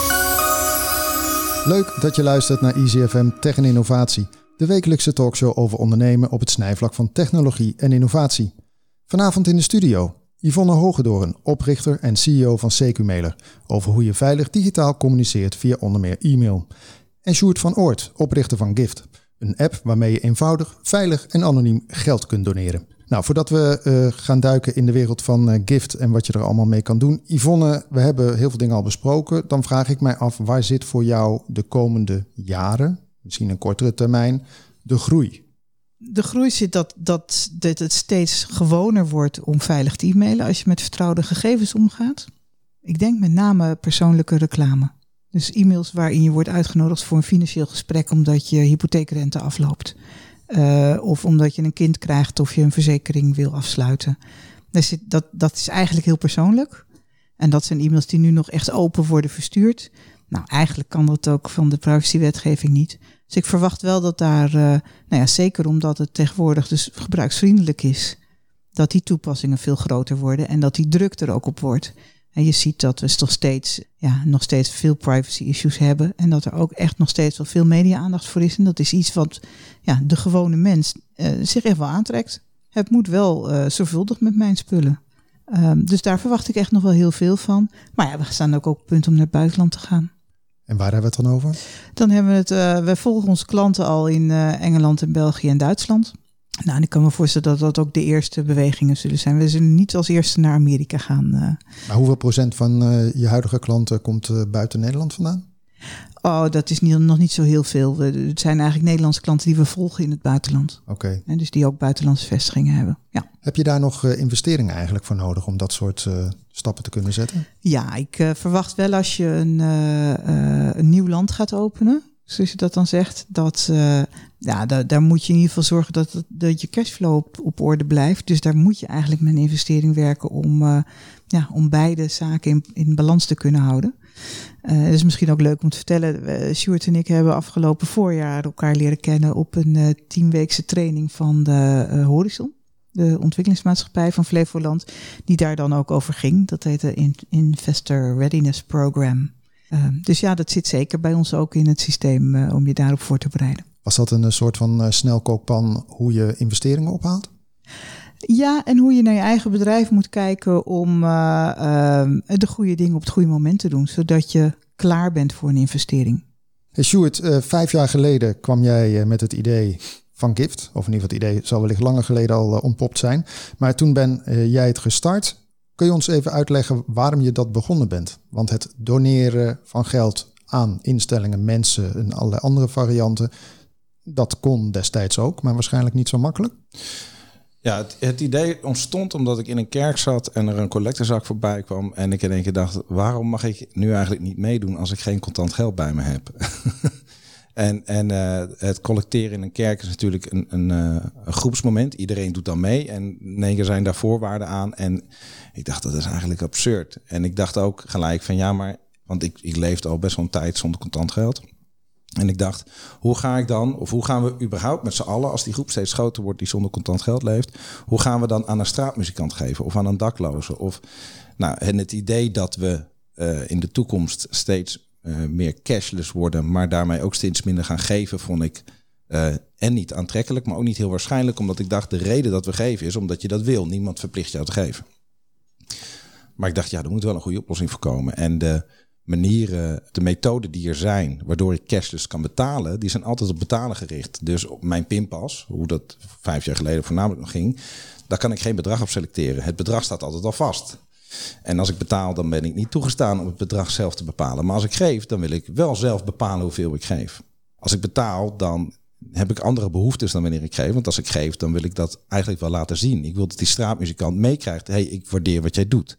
Leuk dat je luistert naar Easy F M Tech en Innovatie. De wekelijkse talkshow over ondernemen op het snijvlak van technologie en innovatie. Vanavond in de studio Yvonne Hogedoorn, oprichter en C E O van C Q-mailer. Over hoe je veilig digitaal communiceert via onder meer e-mail. En Sjoerd van Oort, oprichter van Gift. Een app waarmee je eenvoudig, veilig en anoniem geld kunt doneren. Nou, voordat we uh, gaan duiken in de wereld van uh, Gift en wat je er allemaal mee kan doen. Yvonne, we hebben heel veel dingen al besproken. Dan vraag ik mij af, waar zit voor jou de komende jaren, misschien een kortere termijn, de groei? De groei zit dat, dat, dat het steeds gewoner wordt om veilig te e-mailen als je met vertrouwde gegevens omgaat. Ik denk met name persoonlijke reclame. Dus e-mails waarin je wordt uitgenodigd voor een financieel gesprek omdat je hypotheekrente afloopt. Uh, of omdat je een kind krijgt of je een verzekering wil afsluiten. Dus dat, dat is eigenlijk heel persoonlijk. En dat zijn e-mails die nu nog echt open worden verstuurd. Nou, eigenlijk kan dat ook van de privacywetgeving niet. Dus ik verwacht wel dat daar, uh, nou ja, zeker omdat het tegenwoordig dus gebruiksvriendelijk is, dat die toepassingen veel groter worden en dat die druk er ook op wordt. En je ziet dat we nog steeds, ja, nog steeds veel privacy issues hebben. En dat er ook echt nog steeds wel veel media-aandacht voor is. En dat is iets wat ja, de gewone mens uh, zich echt wel aantrekt. Het moet wel uh, zorgvuldig met mijn spullen. Um, dus daar verwacht ik echt nog wel heel veel van. Maar ja, we staan ook op het punt om naar het buitenland te gaan. En waar hebben we het dan over? Dan hebben we het, uh, wij volgen onze klanten al in uh, Engeland en België en Duitsland. Nou, en ik kan me voorstellen dat dat ook de eerste bewegingen zullen zijn. We zullen niet als eerste naar Amerika gaan. Uh. Maar hoeveel procent van uh, je huidige klanten komt uh, buiten Nederland vandaan? Oh, dat is niet, nog niet zo heel veel. We, het zijn eigenlijk Nederlandse klanten die we volgen in het buitenland. Oké. Okay. En dus die ook buitenlandse vestigingen hebben. Ja. Heb je daar nog uh, investeringen eigenlijk voor nodig om dat soort uh, stappen te kunnen zetten? Ja, ik uh, verwacht wel als je een, uh, uh, een nieuw land gaat openen, zoals je dat dan zegt, dat uh, ja, da- daar moet je in ieder geval zorgen dat, dat je cashflow op, op orde blijft. Dus daar moet je eigenlijk met een investering werken om, uh, ja, om beide zaken in, in balans te kunnen houden. Uh, het is misschien ook leuk om te vertellen. Uh, Sjoerd en ik hebben afgelopen voorjaar elkaar leren kennen op een uh, tienweekse training van de uh, Horizon, de ontwikkelingsmaatschappij van Flevoland, die daar dan ook over ging. Dat heet de Investor Readiness Program. Uh, dus ja, dat zit zeker bij ons ook in het systeem uh, om je daarop voor te bereiden. Was dat een uh, soort van uh, snelkookpan hoe je investeringen ophaalt? Ja, en hoe je naar je eigen bedrijf moet kijken om uh, uh, de goede dingen op het goede moment te doen, zodat je klaar bent voor een investering. Hey Sjoerd, uh, vijf jaar geleden kwam jij uh, met het idee van Gift. Of in ieder geval het idee zal wellicht langer geleden al uh, ontpopt zijn. Maar toen ben uh, jij het gestart. Kun je ons even uitleggen waarom je dat begonnen bent? Want het doneren van geld aan instellingen, mensen en allerlei andere varianten, dat kon destijds ook, maar waarschijnlijk niet zo makkelijk. Ja, het, het idee ontstond omdat ik in een kerk zat en er een collectezak voorbij kwam. En ik in één keer dacht, waarom mag ik nu eigenlijk niet meedoen als ik geen contant geld bij me heb? en en uh, het collecteren in een kerk is natuurlijk een, een, uh, een groepsmoment. Iedereen doet dan mee en in één keer zijn daar voorwaarden aan. En ik dacht, dat is eigenlijk absurd. En ik dacht ook gelijk van ja, maar, want ik, ik leefde al best wel een tijd zonder contant geld. En ik dacht, hoe ga ik dan, of hoe gaan we überhaupt met z'n allen, als die groep steeds groter wordt die zonder contant geld leeft, hoe gaan we dan aan een straatmuzikant geven of aan een dakloze? Of, nou, en het idee dat we uh, in de toekomst steeds uh, meer cashless worden, maar daarmee ook steeds minder gaan geven, vond ik uh, en niet aantrekkelijk, maar ook niet heel waarschijnlijk, omdat ik dacht, de reden dat we geven is omdat je dat wil. Niemand verplicht jou te geven. Maar ik dacht, ja, er moet wel een goede oplossing voor komen. En de manieren, de methoden die er zijn, waardoor ik cashless kan betalen, die zijn altijd op betalen gericht. Dus op mijn pinpas, hoe dat vijf jaar geleden voornamelijk nog ging, daar kan ik geen bedrag op selecteren. Het bedrag staat altijd al vast. En als ik betaal, dan ben ik niet toegestaan om het bedrag zelf te bepalen. Maar als ik geef, dan wil ik wel zelf bepalen hoeveel ik geef. Als ik betaal, dan heb ik andere behoeftes dan wanneer ik geef. Want als ik geef, dan wil ik dat eigenlijk wel laten zien. Ik wil dat die straatmuzikant meekrijgt. Hey, ik waardeer wat jij doet.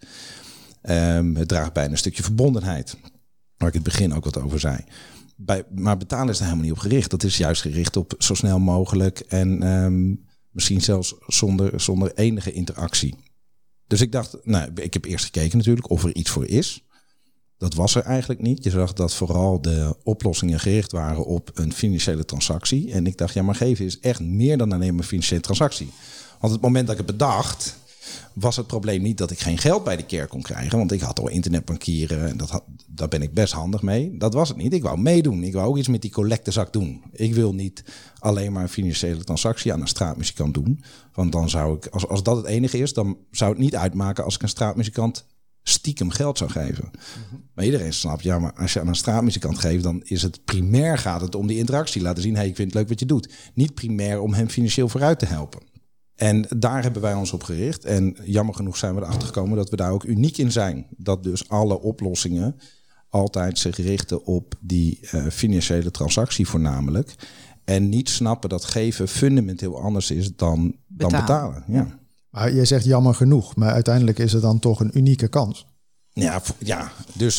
Um, het draagt bijna een stukje verbondenheid. Waar ik in het begin ook wat over zei. Bij, maar betalen is daar helemaal niet op gericht. Dat is juist gericht op zo snel mogelijk. En um, misschien zelfs zonder, zonder enige interactie. Dus ik dacht, nou, ik heb eerst gekeken natuurlijk of er iets voor is. Dat was er eigenlijk niet. Je zag dat vooral de oplossingen gericht waren op een financiële transactie. En ik dacht, ja, maar geven is echt meer dan alleen maar een financiële transactie. Want het moment dat ik het bedacht, was het probleem niet dat ik geen geld bij de kerk kon krijgen. Want ik had al internetbankieren en dat had, daar ben ik best handig mee. Dat was het niet. Ik wou meedoen. Ik wou ook iets met die collectezak doen. Ik wil niet alleen maar een financiële transactie aan een straatmuzikant doen. Want dan zou ik, als, als dat het enige is, dan zou het niet uitmaken als ik een straatmuzikant stiekem geld zou geven. Mm-hmm. Maar iedereen snapt, ja, maar als je aan een straatmuzikant geeft, dan is het primair gaat het om die interactie. Laten zien, hey, ik vind het leuk wat je doet. Niet primair om hem financieel vooruit te helpen. En daar hebben wij ons op gericht. En jammer genoeg zijn we erachter gekomen dat we daar ook uniek in zijn. Dat dus alle oplossingen altijd zich richten op die uh, financiële transactie voornamelijk. En niet snappen dat geven fundamenteel anders is dan betalen. Dan betalen. Ja. Maar jij zegt jammer genoeg, maar uiteindelijk is het dan toch een unieke kans. Ja, voor, ja dus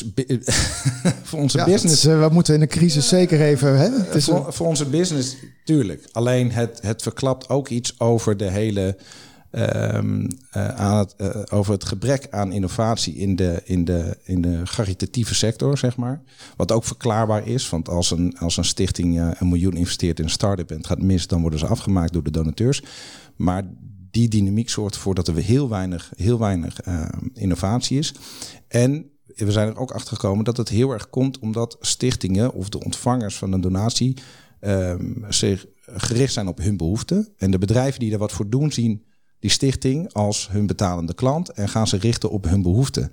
voor onze ja, business. Is, uh, we moeten in een crisis zeker even. Hè? Het is voor, een... voor onze business, tuurlijk. Alleen het, het verklapt ook iets over de hele. Um, uh, aan het, uh, over het gebrek aan innovatie in de, in, de, in de caritatieve sector, zeg maar. Wat ook verklaarbaar is. Want als een, als een stichting uh, een miljoen investeert in een start-up en het gaat mis, dan worden ze afgemaakt door de donateurs. Maar die dynamiek zorgt ervoor dat er heel weinig, heel weinig uh, innovatie is. En we zijn er ook achter gekomen dat het heel erg komt omdat stichtingen of de ontvangers van een donatie um, zich gericht zijn op hun behoeften. En de bedrijven die er wat voor doen, zien die stichting als hun betalende klant en gaan ze richten op hun behoeften.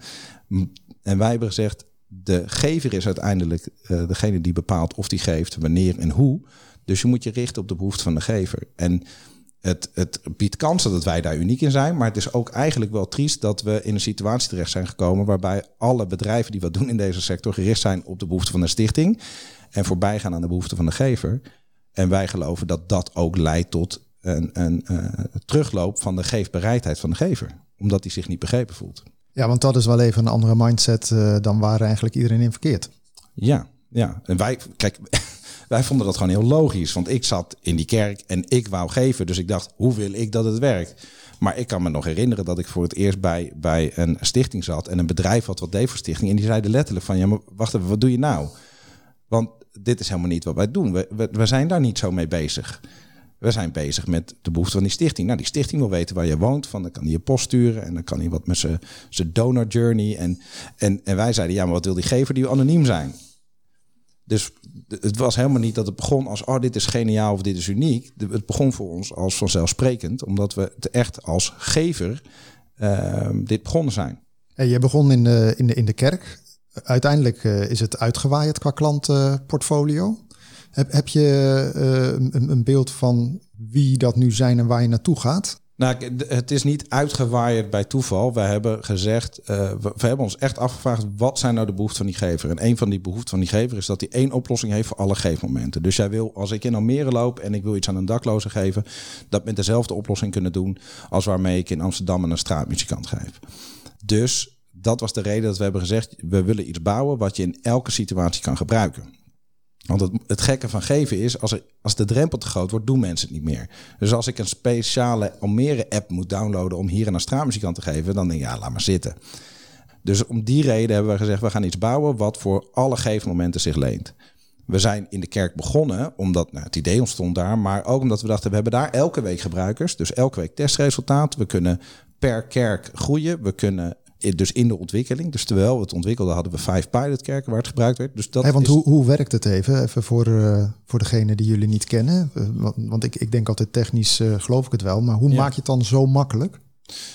En wij hebben gezegd, de gever is uiteindelijk uh, degene die bepaalt of die geeft, wanneer en hoe. Dus je moet je richten op de behoeften van de gever. En Het, het biedt kansen dat wij daar uniek in zijn. Maar het is ook eigenlijk wel triest dat we in een situatie terecht zijn gekomen waarbij alle bedrijven die wat doen in deze sector gericht zijn op de behoeften van de stichting en voorbij gaan aan de behoeften van de gever. En wij geloven dat dat ook leidt tot een, een uh, terugloop van de geefbereidheid van de gever. Omdat hij zich niet begrepen voelt. Ja, want dat is wel even een andere mindset uh, dan waar eigenlijk iedereen in verkeert. Ja, ja. En wij, kijk... Wij vonden dat gewoon heel logisch, want ik zat in die kerk en ik wou geven. Dus ik dacht, hoe wil ik dat het werkt? Maar ik kan me nog herinneren dat ik voor het eerst bij, bij een stichting zat en een bedrijf had wat deed voor stichting. En die zeiden letterlijk van, ja, maar wacht even, wat doe je nou? Want dit is helemaal niet wat wij doen. We, we, we zijn daar niet zo mee bezig. We zijn bezig met de behoefte van die stichting. Nou, die stichting wil weten waar je woont. Van, dan kan hij je post sturen en dan kan hij wat met zijn, zijn donor journey. En, en, en wij zeiden, ja, maar wat wil die gever? Die wil anoniem zijn. Dus het was helemaal niet dat het begon als, oh, dit is geniaal of dit is uniek. Het begon voor ons als vanzelfsprekend, omdat we het echt als gever uh, dit begonnen zijn. Hey, je begon in de, in de, in de kerk. Uiteindelijk uh, is het uitgewaaid qua klantenportfolio. Heb, heb je uh, een, een beeld van wie dat nu zijn en waar je naartoe gaat? Nou, het is niet uitgewaaid bij toeval. We hebben gezegd, uh, we, we hebben ons echt afgevraagd, wat zijn nou de behoeften van die gever? En een van die behoeften van die gever is dat hij één oplossing heeft voor alle geefmomenten. Dus jij wil, als ik in Almere loop en ik wil iets aan een dakloze geven, dat met dezelfde oplossing kunnen doen als waarmee ik in Amsterdam aan een straatmuzikant geef. Dus dat was de reden dat we hebben gezegd, we willen iets bouwen wat je in elke situatie kan gebruiken. Want het, het gekke van geven is, als, er, als de drempel te groot wordt, doen mensen het niet meer. Dus als ik een speciale Almere-app moet downloaden om hier een straatmuzikant te geven, dan denk ik, ja, laat maar zitten. Dus om die reden hebben we gezegd, we gaan iets bouwen wat voor alle geefmomenten zich leent. We zijn in de kerk begonnen, omdat nou, het idee ontstond daar, maar ook omdat we dachten, we hebben daar elke week gebruikers. Dus elke week testresultaat. We kunnen per kerk groeien. We kunnen dus in de ontwikkeling. Dus terwijl we het ontwikkelden, hadden we vijf pilotkerken waar het gebruikt werd. Dus dat hey, want is... hoe, hoe werkt het even? Even voor, uh, voor degene die jullie niet kennen. Uh, want want ik, ik denk altijd technisch uh, geloof ik het wel. Maar hoe ja. maak je het dan zo makkelijk?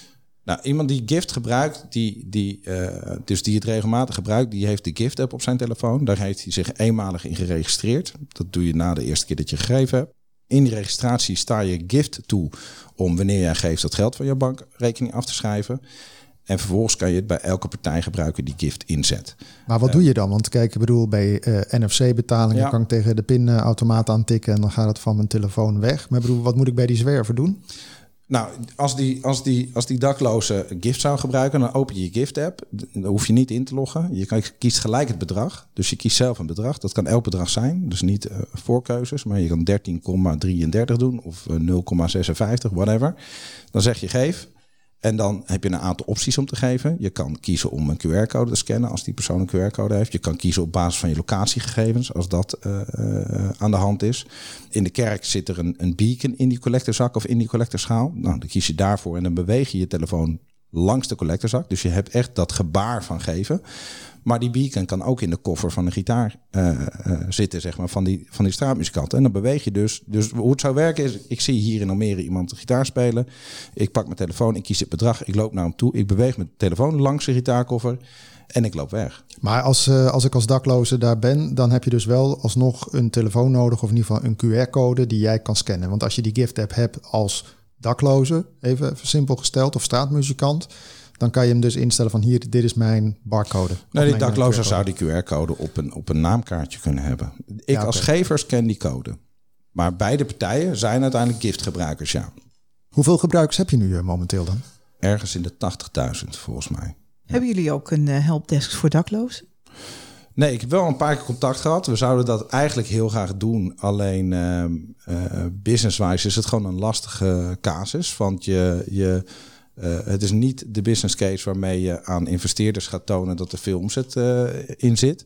Nou, iemand die Gift gebruikt, die, die, uh, dus die het regelmatig gebruikt, die heeft de Gift-app op zijn telefoon. Daar heeft hij zich eenmalig in geregistreerd. Dat doe je na de eerste keer dat je gegeven hebt. In die registratie sta je Gift toe om wanneer jij geeft dat geld van je bankrekening af te schrijven. En vervolgens kan je het bij elke partij gebruiken die Gift inzet. Maar wat uh, doe je dan? Want kijk, ik bedoel, bij uh, N F C-betalingen ja. kan ik tegen de pinautomaat aantikken en dan gaat het van mijn telefoon weg. Maar ik bedoel, wat moet ik bij die zwerver doen? Nou, als die, als, die, als die dakloze Gift zou gebruiken, dan open je je Gift-app. Dan hoef je niet in te loggen. Je kiest gelijk het bedrag. Dus je kiest zelf een bedrag. Dat kan elk bedrag zijn. Dus niet uh, voorkeuzes. Maar je kan dertien komma drieëndertig doen of uh, nul komma zesenvijftig, whatever. Dan zeg je geef. En dan heb je een aantal opties om te geven. Je kan kiezen om een Q R-code te scannen als die persoon een Q R-code heeft. Je kan kiezen op basis van je locatiegegevens als dat uh, uh, aan de hand is. In de kerk zit er een, een beacon in die collectorzak of in die collectorschaal. Nou, dan kies je daarvoor en dan beweeg je je telefoon langs de collectorzak. Dus je hebt echt dat gebaar van geven. Maar die beacon kan ook in de koffer van de gitaar uh, uh, zitten, zeg maar, van die, van die straatmuzikanten. En dan beweeg je dus. Dus hoe het zou werken is, ik zie hier in Almere iemand de gitaar spelen. Ik pak mijn telefoon, ik kies het bedrag, ik loop naar hem toe. Ik beweeg mijn telefoon langs de gitaarkoffer en ik loop weg. Maar als, uh, als ik als dakloze daar ben, dan heb je dus wel alsnog een telefoon nodig, of in ieder geval een Q R-code die jij kan scannen. Want als je die Gift-app hebt als dakloze, even simpel gesteld, of straatmuzikant, dan kan je hem dus instellen van hier, dit is mijn barcode. Nee, die dakloze zou die Q R-code op een, op een naamkaartje kunnen hebben. Ik ja, okay. als gever scan die code. Maar beide partijen zijn uiteindelijk giftgebruikers, ja. Hoeveel gebruikers heb je nu uh, momenteel dan? Ergens in de tachtigduizend volgens mij. Hebben jullie ook een uh, helpdesk voor daklozen? Nee, ik heb wel een paar keer contact gehad. We zouden dat eigenlijk heel graag doen. Alleen uh, uh, business-wise is het gewoon een lastige casus. Want je... je Uh, het is niet de business case waarmee je aan investeerders gaat tonen dat er veel omzet uh, in zit.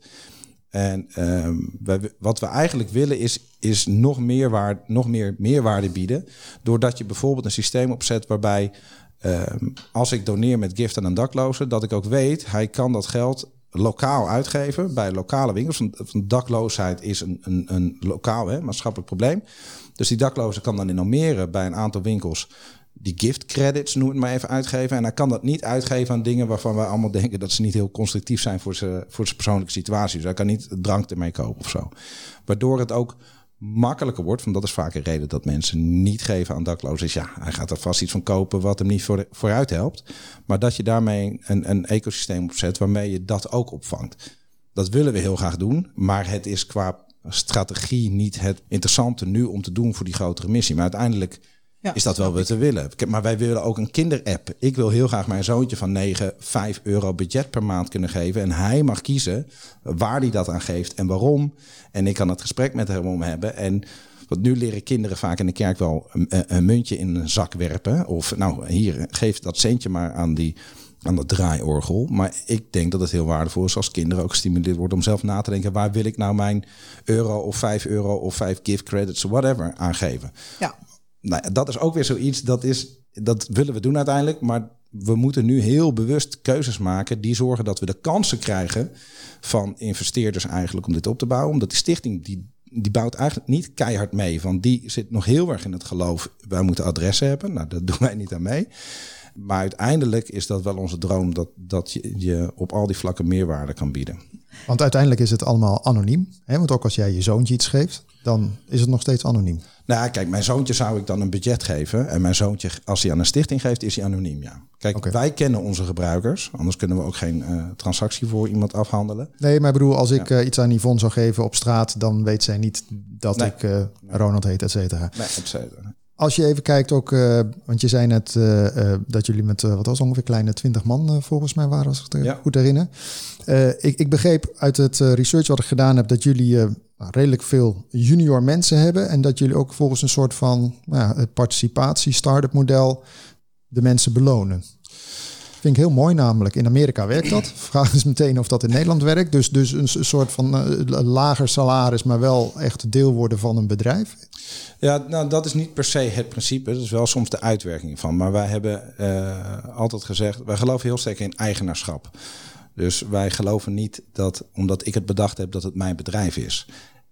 En uh, wij, wat we eigenlijk willen is, is nog, meer waarde, nog meer meerwaarde bieden. Doordat je bijvoorbeeld een systeem opzet waarbij uh, als ik doneer met gift aan een dakloze, dat ik ook weet, hij kan dat geld lokaal uitgeven bij lokale winkels. Want dakloosheid is een, een, een lokaal hè, maatschappelijk probleem. Dus die dakloze kan dan in Almere bij een aantal winkels die gift credits, noem het maar even, uitgeven. En hij kan dat niet uitgeven aan dingen waarvan wij allemaal denken dat ze niet heel constructief zijn voor zijn, voor zijn persoonlijke situatie. Dus hij kan niet drank ermee kopen of zo. Waardoor het ook makkelijker wordt, want dat is vaak een reden dat mensen niet geven aan daklozen. Is ja, hij gaat er vast iets van kopen wat hem niet voor, vooruit helpt. Maar dat je daarmee een, een ecosysteem opzet waarmee je dat ook opvangt. Dat willen we heel graag doen, maar het is qua strategie niet het interessante nu om te doen voor die grotere missie. Maar uiteindelijk ja, is dat wel wat we willen. Maar wij willen ook een kinderapp. Ik wil heel graag mijn zoontje van negen vijf euro budget per maand kunnen geven. En hij mag kiezen waar hij dat aan geeft en waarom. En ik kan het gesprek met hem om hebben. En want nu leren kinderen vaak in de kerk wel een, een muntje in een zak werpen. Of nou, hier, geef dat centje maar aan die aan dat draaiorgel. Maar ik denk dat het heel waardevol is als kinderen ook gestimuleerd worden om zelf na te denken, waar wil ik nou mijn euro of vijf euro of vijf gift credits, whatever, aangeven. Ja. Nou, dat is ook weer zoiets, dat, is, dat willen we doen uiteindelijk, maar we moeten nu heel bewust keuzes maken die zorgen dat we de kansen krijgen van investeerders eigenlijk om dit op te bouwen. Omdat die stichting, die, die bouwt eigenlijk niet keihard mee, want die zit nog heel erg in het geloof, wij moeten adressen hebben. Nou, dat doen wij niet aan mee. Maar uiteindelijk is dat wel onze droom, dat, dat je, je op al die vlakken meerwaarde kan bieden. Want uiteindelijk is het allemaal anoniem. Hè? Want ook als jij je zoontje iets geeft, dan is het nog steeds anoniem. Nou kijk, mijn zoontje zou ik dan een budget geven. En mijn zoontje, als hij aan een stichting geeft, is hij anoniem, ja. Kijk, okay. Wij kennen onze gebruikers. Anders kunnen we ook geen uh, transactie voor iemand afhandelen. Nee, maar ik bedoel, als ik ja. uh, iets aan Yvonne zou geven op straat, dan weet zij niet dat nee. ik uh, nee. Ronald heet, et cetera. Nee, et cetera. Als je even kijkt ook, uh, want je zei net uh, uh, dat jullie met, uh, wat was ongeveer kleine twintig man uh, volgens mij waren, als ik het ja. goed herinner. Uh, ik, ik begreep uit het uh, research wat ik gedaan heb, dat jullie uh, redelijk veel junior mensen hebben. En dat jullie ook volgens een soort van uh, participatie, start-up model de mensen belonen. Vind ik heel mooi namelijk. In Amerika werkt dat. Vraag eens meteen of dat in Nederland werkt. Dus, dus een soort van uh, lager salaris, maar wel echt deel worden van een bedrijf. Ja, nou dat is niet per se het principe. Dat is wel soms de uitwerking van. Maar wij hebben uh, altijd gezegd, wij geloven heel sterk in eigenaarschap. Dus wij geloven niet dat, omdat ik het bedacht heb, dat het mijn bedrijf is.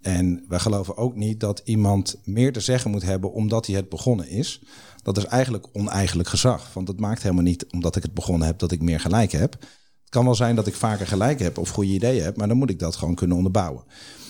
En wij geloven ook niet dat iemand meer te zeggen moet hebben omdat hij het begonnen is. Dat is eigenlijk oneigenlijk gezag. Want het maakt helemaal niet omdat ik het begonnen heb dat ik meer gelijk heb. Het kan wel zijn dat ik vaker gelijk heb of goede ideeën heb, maar dan moet ik dat gewoon kunnen onderbouwen.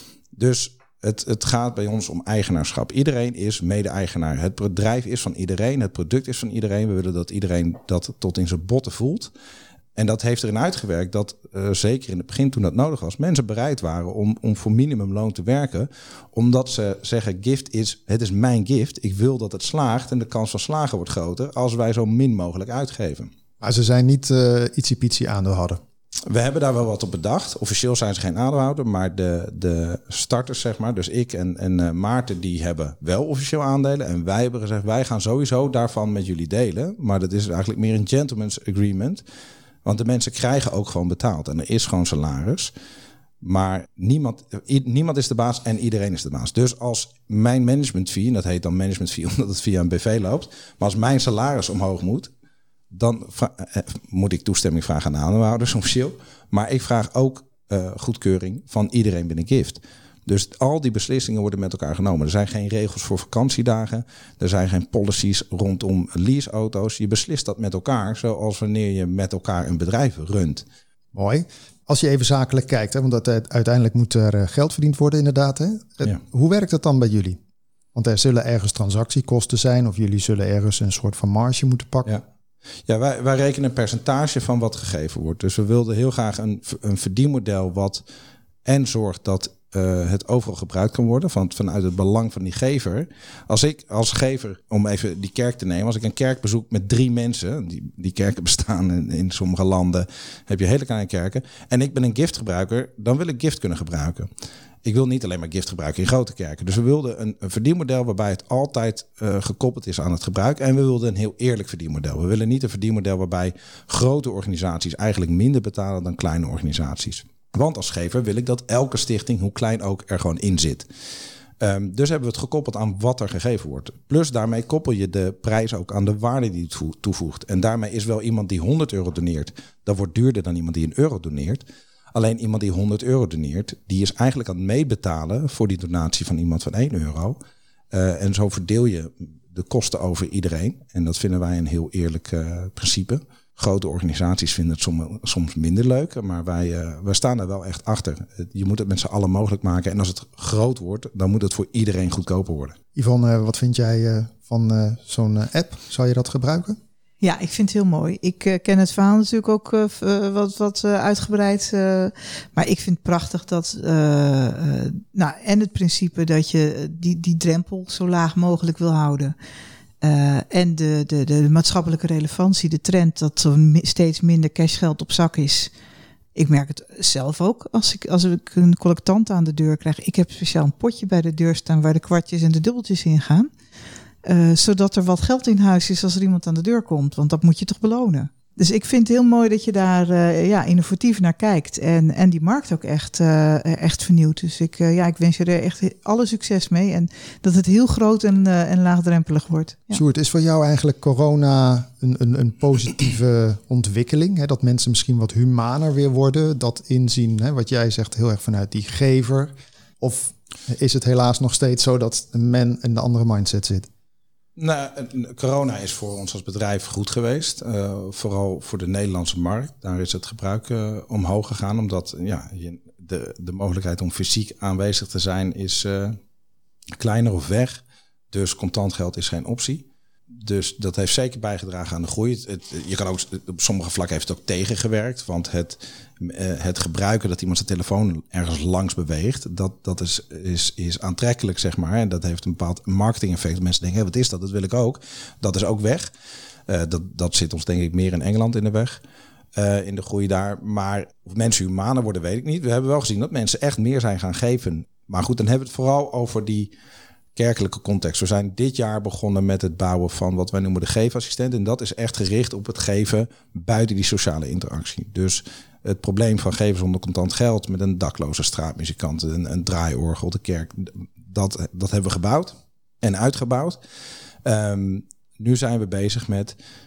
Dus het, het gaat bij ons om eigenaarschap. Iedereen is mede-eigenaar. Het bedrijf is van iedereen, het product is van iedereen. We willen dat iedereen dat tot in zijn botten voelt. En dat heeft erin uitgewerkt dat, uh, zeker in het begin toen dat nodig was, mensen bereid waren om, om voor minimumloon te werken. Omdat ze zeggen, gift is, het is mijn gift. Ik wil dat het slaagt en de kans van slagen wordt groter als wij zo min mogelijk uitgeven. Maar ze zijn niet uh, ietsiepietsie aandeelhouder. We hebben daar wel wat op bedacht. Officieel zijn ze geen aandeelhouder, maar de, de starters, zeg maar, dus ik en, en uh, Maarten, die hebben wel officieel aandelen. En wij hebben gezegd, wij gaan sowieso daarvan met jullie delen. Maar dat is eigenlijk meer een gentleman's agreement. Want de mensen krijgen ook gewoon betaald. En er is gewoon salaris. Maar niemand, niemand is de baas en iedereen is de baas. Dus als mijn management fee, en dat heet dan management fee omdat het via een B V loopt. Maar als mijn salaris omhoog moet, dan vra- eh, moet ik toestemming vragen aan aandeelhouders officieel. Maar ik vraag ook uh, goedkeuring van iedereen binnen Gift. Dus al die beslissingen worden met elkaar genomen. Er zijn geen regels voor vakantiedagen. Er zijn geen policies rondom leaseauto's. Je beslist dat met elkaar, zoals wanneer je met elkaar een bedrijf runt. Mooi. Als je even zakelijk kijkt, hè, want dat, uiteindelijk moet er geld verdiend worden inderdaad. Hè? Ja. Hoe werkt dat dan bij jullie? Want er zullen ergens transactiekosten zijn of jullie zullen ergens een soort van marge moeten pakken. Ja. Ja, wij, wij rekenen een percentage van wat gegeven wordt. Dus we wilden heel graag een, een verdienmodel wat en zorgt dat uh, het overal gebruikt kan worden van, vanuit het belang van die gever. Als ik als gever, om even die kerk te nemen, als ik een kerk bezoek met drie mensen, die, die kerken bestaan in, in sommige landen, heb je hele kleine kerken, en ik ben een giftgebruiker, dan wil ik gift kunnen gebruiken. Ik wil niet alleen maar gift gebruiken in grote kerken. Dus we wilden een, een verdienmodel waarbij het altijd uh, gekoppeld is aan het gebruik. En we wilden een heel eerlijk verdienmodel. We willen niet een verdienmodel waarbij grote organisaties eigenlijk minder betalen dan kleine organisaties. Want als gever wil ik dat elke stichting, hoe klein ook, er gewoon in zit. Um, dus hebben we het gekoppeld aan wat er gegeven wordt. Plus daarmee koppel je de prijs ook aan de waarde die het toevoegt. En daarmee is wel iemand die honderd euro doneert, dat wordt duurder dan iemand die een euro doneert. Alleen iemand die honderd euro doneert, die is eigenlijk aan het meebetalen voor die donatie van iemand van één euro. Uh, en zo verdeel je de kosten over iedereen. En dat vinden wij een heel eerlijk uh, principe. Grote organisaties vinden het som, soms minder leuk, maar wij, uh, wij staan er wel echt achter. Je moet het met z'n allen mogelijk maken. En als het groot wordt, dan moet het voor iedereen goedkoper worden. Yvonne, uh, wat vind jij uh, van uh, zo'n uh, app? Zou je dat gebruiken? Ja, ik vind het heel mooi. Ik uh, ken het verhaal natuurlijk ook uh, wat, wat uh, uitgebreid. Uh, maar ik vind het prachtig dat... Uh, uh, nou, en het principe dat je die, die drempel zo laag mogelijk wil houden. Uh, en de, de, de maatschappelijke relevantie, de trend dat er steeds minder cashgeld op zak is. Ik merk het zelf ook als ik, als ik een collectant aan de deur krijg. Ik heb speciaal een potje bij de deur staan waar de kwartjes en de dubbeltjes in gaan. Uh, zodat er wat geld in huis is als er iemand aan de deur komt. Want dat moet je toch belonen. Dus ik vind het heel mooi dat je daar uh, ja, innovatief naar kijkt. En, en die markt ook echt, uh, echt vernieuwt. Dus ik, uh, ja, ik wens je er echt alle succes mee. En dat het heel groot en, uh, en laagdrempelig wordt. Ja. Sjoerd, is voor jou eigenlijk corona een, een, een positieve ontwikkeling? Hè? Dat mensen misschien wat humaner weer worden. Dat inzien, hè, wat jij zegt, heel erg vanuit die gever. Of is het helaas nog steeds zo dat men in de andere mindset zit? Nou, corona is voor ons als bedrijf goed geweest. Uh, vooral voor de Nederlandse markt. Daar is het gebruik uh, omhoog gegaan. Omdat ja, je, de, de mogelijkheid om fysiek aanwezig te zijn is uh, kleiner of weg. Dus contant geld is geen optie. Dus dat heeft zeker bijgedragen aan de groei. Het, het, je kan ook, op sommige vlakken heeft het ook tegengewerkt. Want het, uh, het gebruiken dat iemand zijn telefoon ergens langs beweegt, dat, dat is, is, is aantrekkelijk, zeg maar. En dat heeft een bepaald marketing effect. Mensen denken, hé, wat is dat? Dat wil ik ook. Dat is ook weg. Uh, dat, dat zit ons denk ik meer in Engeland in de weg. Uh, in de groei daar. Maar of mensen humaner worden, weet ik niet. We hebben wel gezien dat mensen echt meer zijn gaan geven. Maar goed, dan hebben we het vooral over die kerkelijke context. We zijn dit jaar begonnen met het bouwen van wat wij noemen de geefassistent. En dat is echt gericht op het geven buiten die sociale interactie. Dus het probleem van geven zonder contant geld met een dakloze straatmuzikant, een, een draaiorgel, de kerk, dat, dat hebben we gebouwd en uitgebouwd. Um, nu zijn we bezig met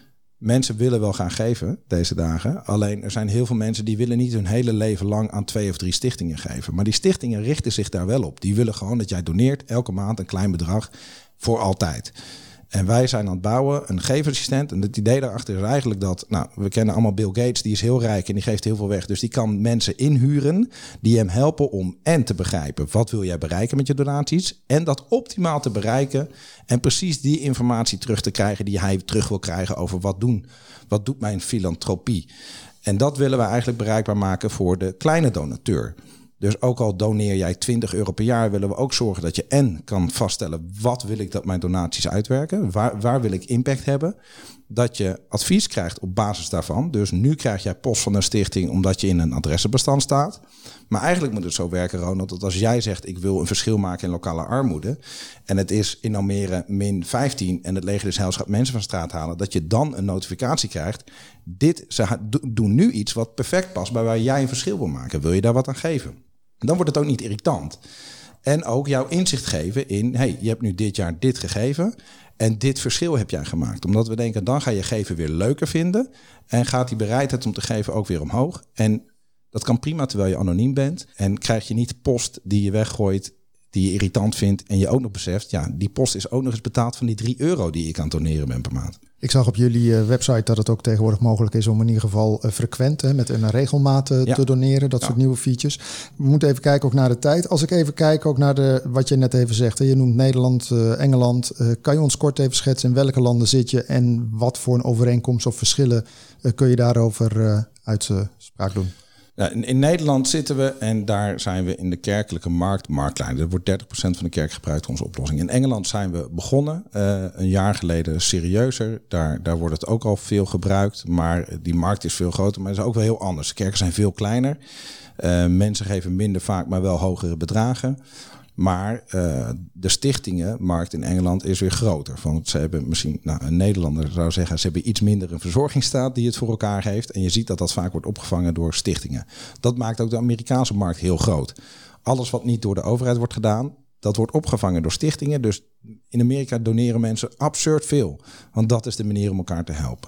Mensen willen wel gaan geven deze dagen. Alleen er zijn heel veel mensen die willen niet hun hele leven lang aan twee of drie stichtingen geven. Maar die stichtingen richten zich daar wel op. Die willen gewoon dat jij doneert elke maand een klein bedrag voor altijd. En wij zijn aan het bouwen, een geversassistent. En het idee daarachter is eigenlijk dat, nou, we kennen allemaal Bill Gates, die is heel rijk en die geeft heel veel weg. Dus die kan mensen inhuren die hem helpen om en te begrijpen wat wil jij bereiken met je donaties. En dat optimaal te bereiken en precies die informatie terug te krijgen die hij terug wil krijgen over wat doen. Wat doet mijn filantropie? En dat willen we eigenlijk bereikbaar maken voor de kleine donateur. Dus ook al doneer jij twintig euro per jaar, willen we ook zorgen dat je en kan vaststellen wat wil ik dat mijn donaties uitwerken, waar, waar wil ik impact hebben, dat je advies krijgt op basis daarvan. Dus nu krijg jij post van een stichting omdat je in een adressenbestand staat. Maar eigenlijk moet het zo werken, Ronald, dat als jij zegt ik wil een verschil maken in lokale armoede en het is in Almere min vijftien en het leger des heils gaat mensen van straat halen, dat je dan een notificatie krijgt. Dit, ze doen nu iets wat perfect past bij waar jij een verschil wil maken. Wil je daar wat aan geven? Dan wordt het ook niet irritant. En ook jouw inzicht geven in, hey, je hebt nu dit jaar dit gegeven en dit verschil heb jij gemaakt. Omdat we denken, dan ga je geven weer leuker vinden en gaat die bereidheid om te geven ook weer omhoog. En dat kan prima terwijl je anoniem bent en krijg je niet post die je weggooit, die je irritant vindt en je ook nog beseft, ja, die post is ook nog eens betaald van die drie euro die ik aan het doneren ben per maand. Ik zag op jullie uh, website dat het ook tegenwoordig mogelijk is om in ieder geval uh, frequent hè, met een regelmaat uh, ja. te doneren. Dat ja. soort nieuwe features. We moeten even kijken ook naar de tijd. Als ik even kijk ook naar de, wat je net even zegt. Hè, je noemt Nederland, uh, Engeland. Uh, kan je ons kort even schetsen in welke landen zit je en wat voor een overeenkomst of verschillen uh, kun je daarover uh, uitspraak doen? Ja, in, in Nederland zitten we en daar zijn we in de kerkelijke markt, marktlijn. Er wordt dertig procent van de kerk gebruikt voor onze oplossing. In Engeland zijn we begonnen, uh, een jaar geleden serieuzer. Daar, daar wordt het ook al veel gebruikt, maar die markt is veel groter. Maar het is ook wel heel anders. De kerken zijn veel kleiner. Uh, mensen geven minder vaak, maar wel hogere bedragen. Maar uh, de stichtingenmarkt in Engeland is weer groter. Want ze hebben misschien, nou, een Nederlander zou zeggen, ze hebben iets minder een verzorgingsstaat die het voor elkaar heeft. En je ziet dat dat vaak wordt opgevangen door stichtingen. Dat maakt ook de Amerikaanse markt heel groot. Alles wat niet door de overheid wordt gedaan, dat wordt opgevangen door stichtingen. Dus in Amerika doneren mensen absurd veel. Want dat is de manier om elkaar te helpen.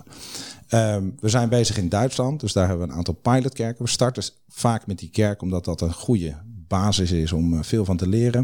Um, we zijn bezig in Duitsland, dus daar hebben we een aantal pilotkerken. We starten vaak met die kerk, omdat dat een goede basis is om veel van te leren.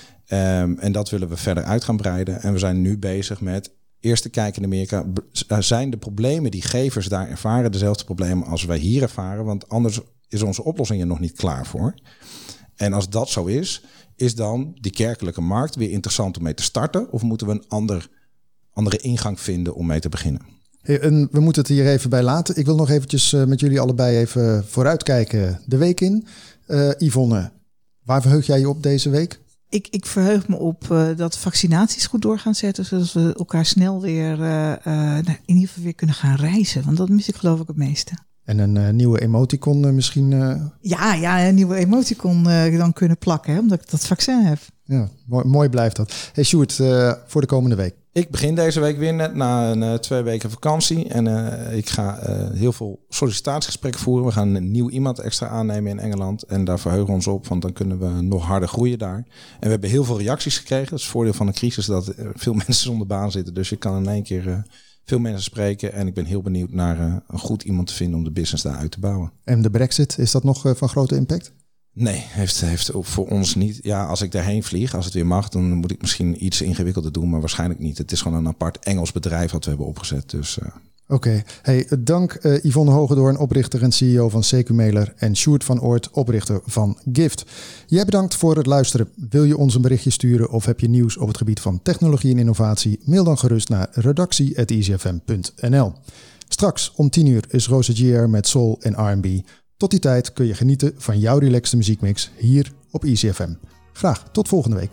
Um, en dat willen we verder uit gaan breiden. En we zijn nu bezig met eerst te kijken in Amerika. Zijn de problemen die gevers daar ervaren dezelfde problemen als wij hier ervaren? Want anders is onze oplossing er nog niet klaar voor. En als dat zo is, is dan die kerkelijke markt weer interessant om mee te starten? Of moeten we een ander, andere ingang vinden om mee te beginnen? Hey, en we moeten het hier even bij laten. Ik wil nog eventjes uh, met jullie allebei even vooruitkijken de week in. Uh, Yvonne, waar verheug jij je op deze week? Ik, ik verheug me op uh, dat vaccinaties goed door gaan zetten, zodat we elkaar snel weer uh, uh, nou, in ieder geval weer kunnen gaan reizen. Want dat mis ik geloof ik het meeste. En een uh, nieuwe emoticon uh, misschien? Uh... Ja, ja, een nieuwe emoticon uh, dan kunnen plakken, hè, omdat ik dat vaccin heb. Ja, mooi, mooi blijft dat. Hey Sjoerd, uh, voor de komende week. Ik begin deze week weer net na een uh, twee weken vakantie. En uh, ik ga uh, heel veel sollicitatiegesprekken voeren. We gaan een nieuw iemand extra aannemen in Engeland. En daar verheugen we ons op, want dan kunnen we nog harder groeien daar. En we hebben heel veel reacties gekregen. Dat is het voordeel van een crisis, dat veel mensen zonder baan zitten. Dus je kan in één keer uh, veel mensen spreken. En ik ben heel benieuwd naar uh, een goed iemand te vinden om de business daar uit te bouwen. En de Brexit, is dat nog uh, van grote impact? Nee, heeft, heeft voor ons niet. Ja, als ik daarheen vlieg, als het weer mag, dan moet ik misschien iets ingewikkelder doen, maar waarschijnlijk niet. Het is gewoon een apart Engels bedrijf wat we hebben opgezet. Dus, uh... Oké, okay. Hey, dank uh, Yvonne Hogendoorn, oprichter en C E O van C Q Mailer, en Sjoerd van Oort, oprichter van Gift. Jij bedankt voor het luisteren. Wil je ons een berichtje sturen of heb je nieuws op het gebied van technologie en innovatie? Mail dan gerust naar redactie at easyfm punt n l. Straks om tien uur is Rosa G R met soul en R en B. Tot die tijd kun je genieten van jouw relaxte muziekmix hier op Easy F M. Graag tot volgende week.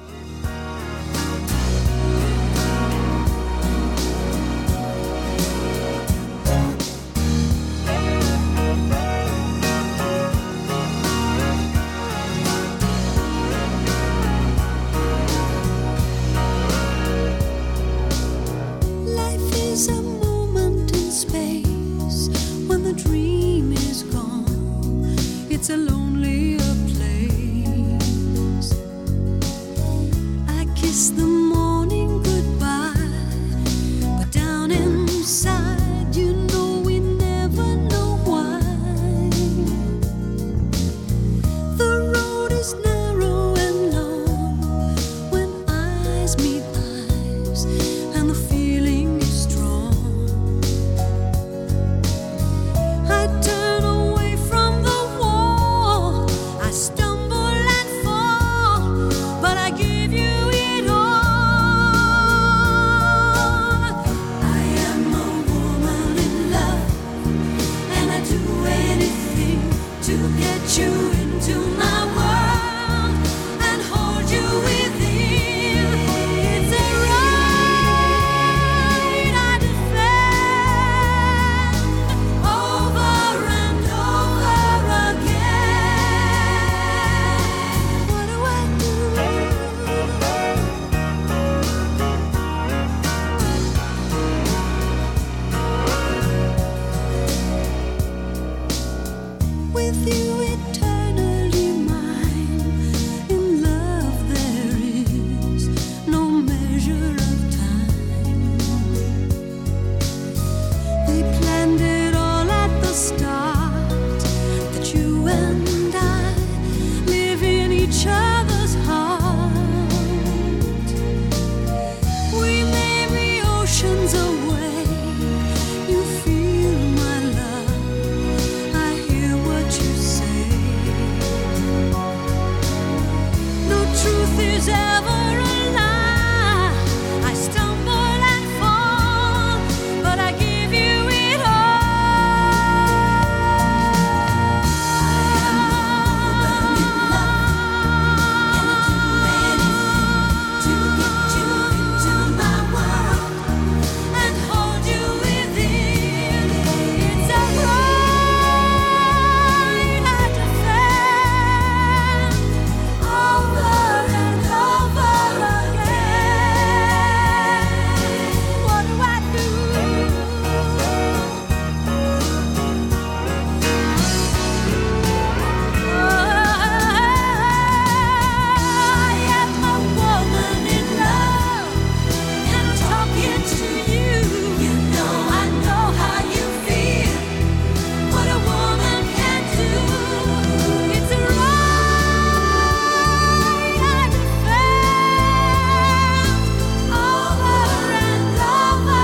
It's a lonelier place. I kiss the morning goodbye, but down inside and the feeling is strong. I turn away from the wall, I stumble and fall, but I give you it all. I am a woman in love, and I do anything to get you into my world and hold you within. It's a right I defend over and over again. What do I do? With you eternally mine, in love there is no measure of time. They planned it all at the start, that you and I live in each other's heart. We may be oceans away, you feel my love, I hear what you say. No truth is ever a lie. I stumble and fall, but I give you it all. I am a woman in love, and I do anything to get you into my world and hold you within. It's a right I defend over and over again. What do I do? I am a woman in love, and I'm talking to you. You know I know how you feel, what a woman can do. It's a right I defend over and over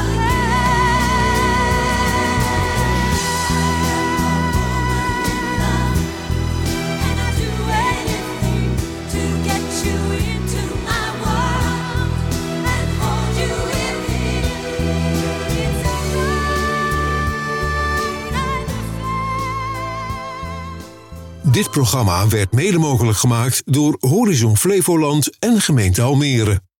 again. I am a woman in love, and I do anything to get you into my world and hold you within. It's a right I defend. Dit programma werd mede mogelijk gemaakt door Horizon Flevoland en gemeente Almere.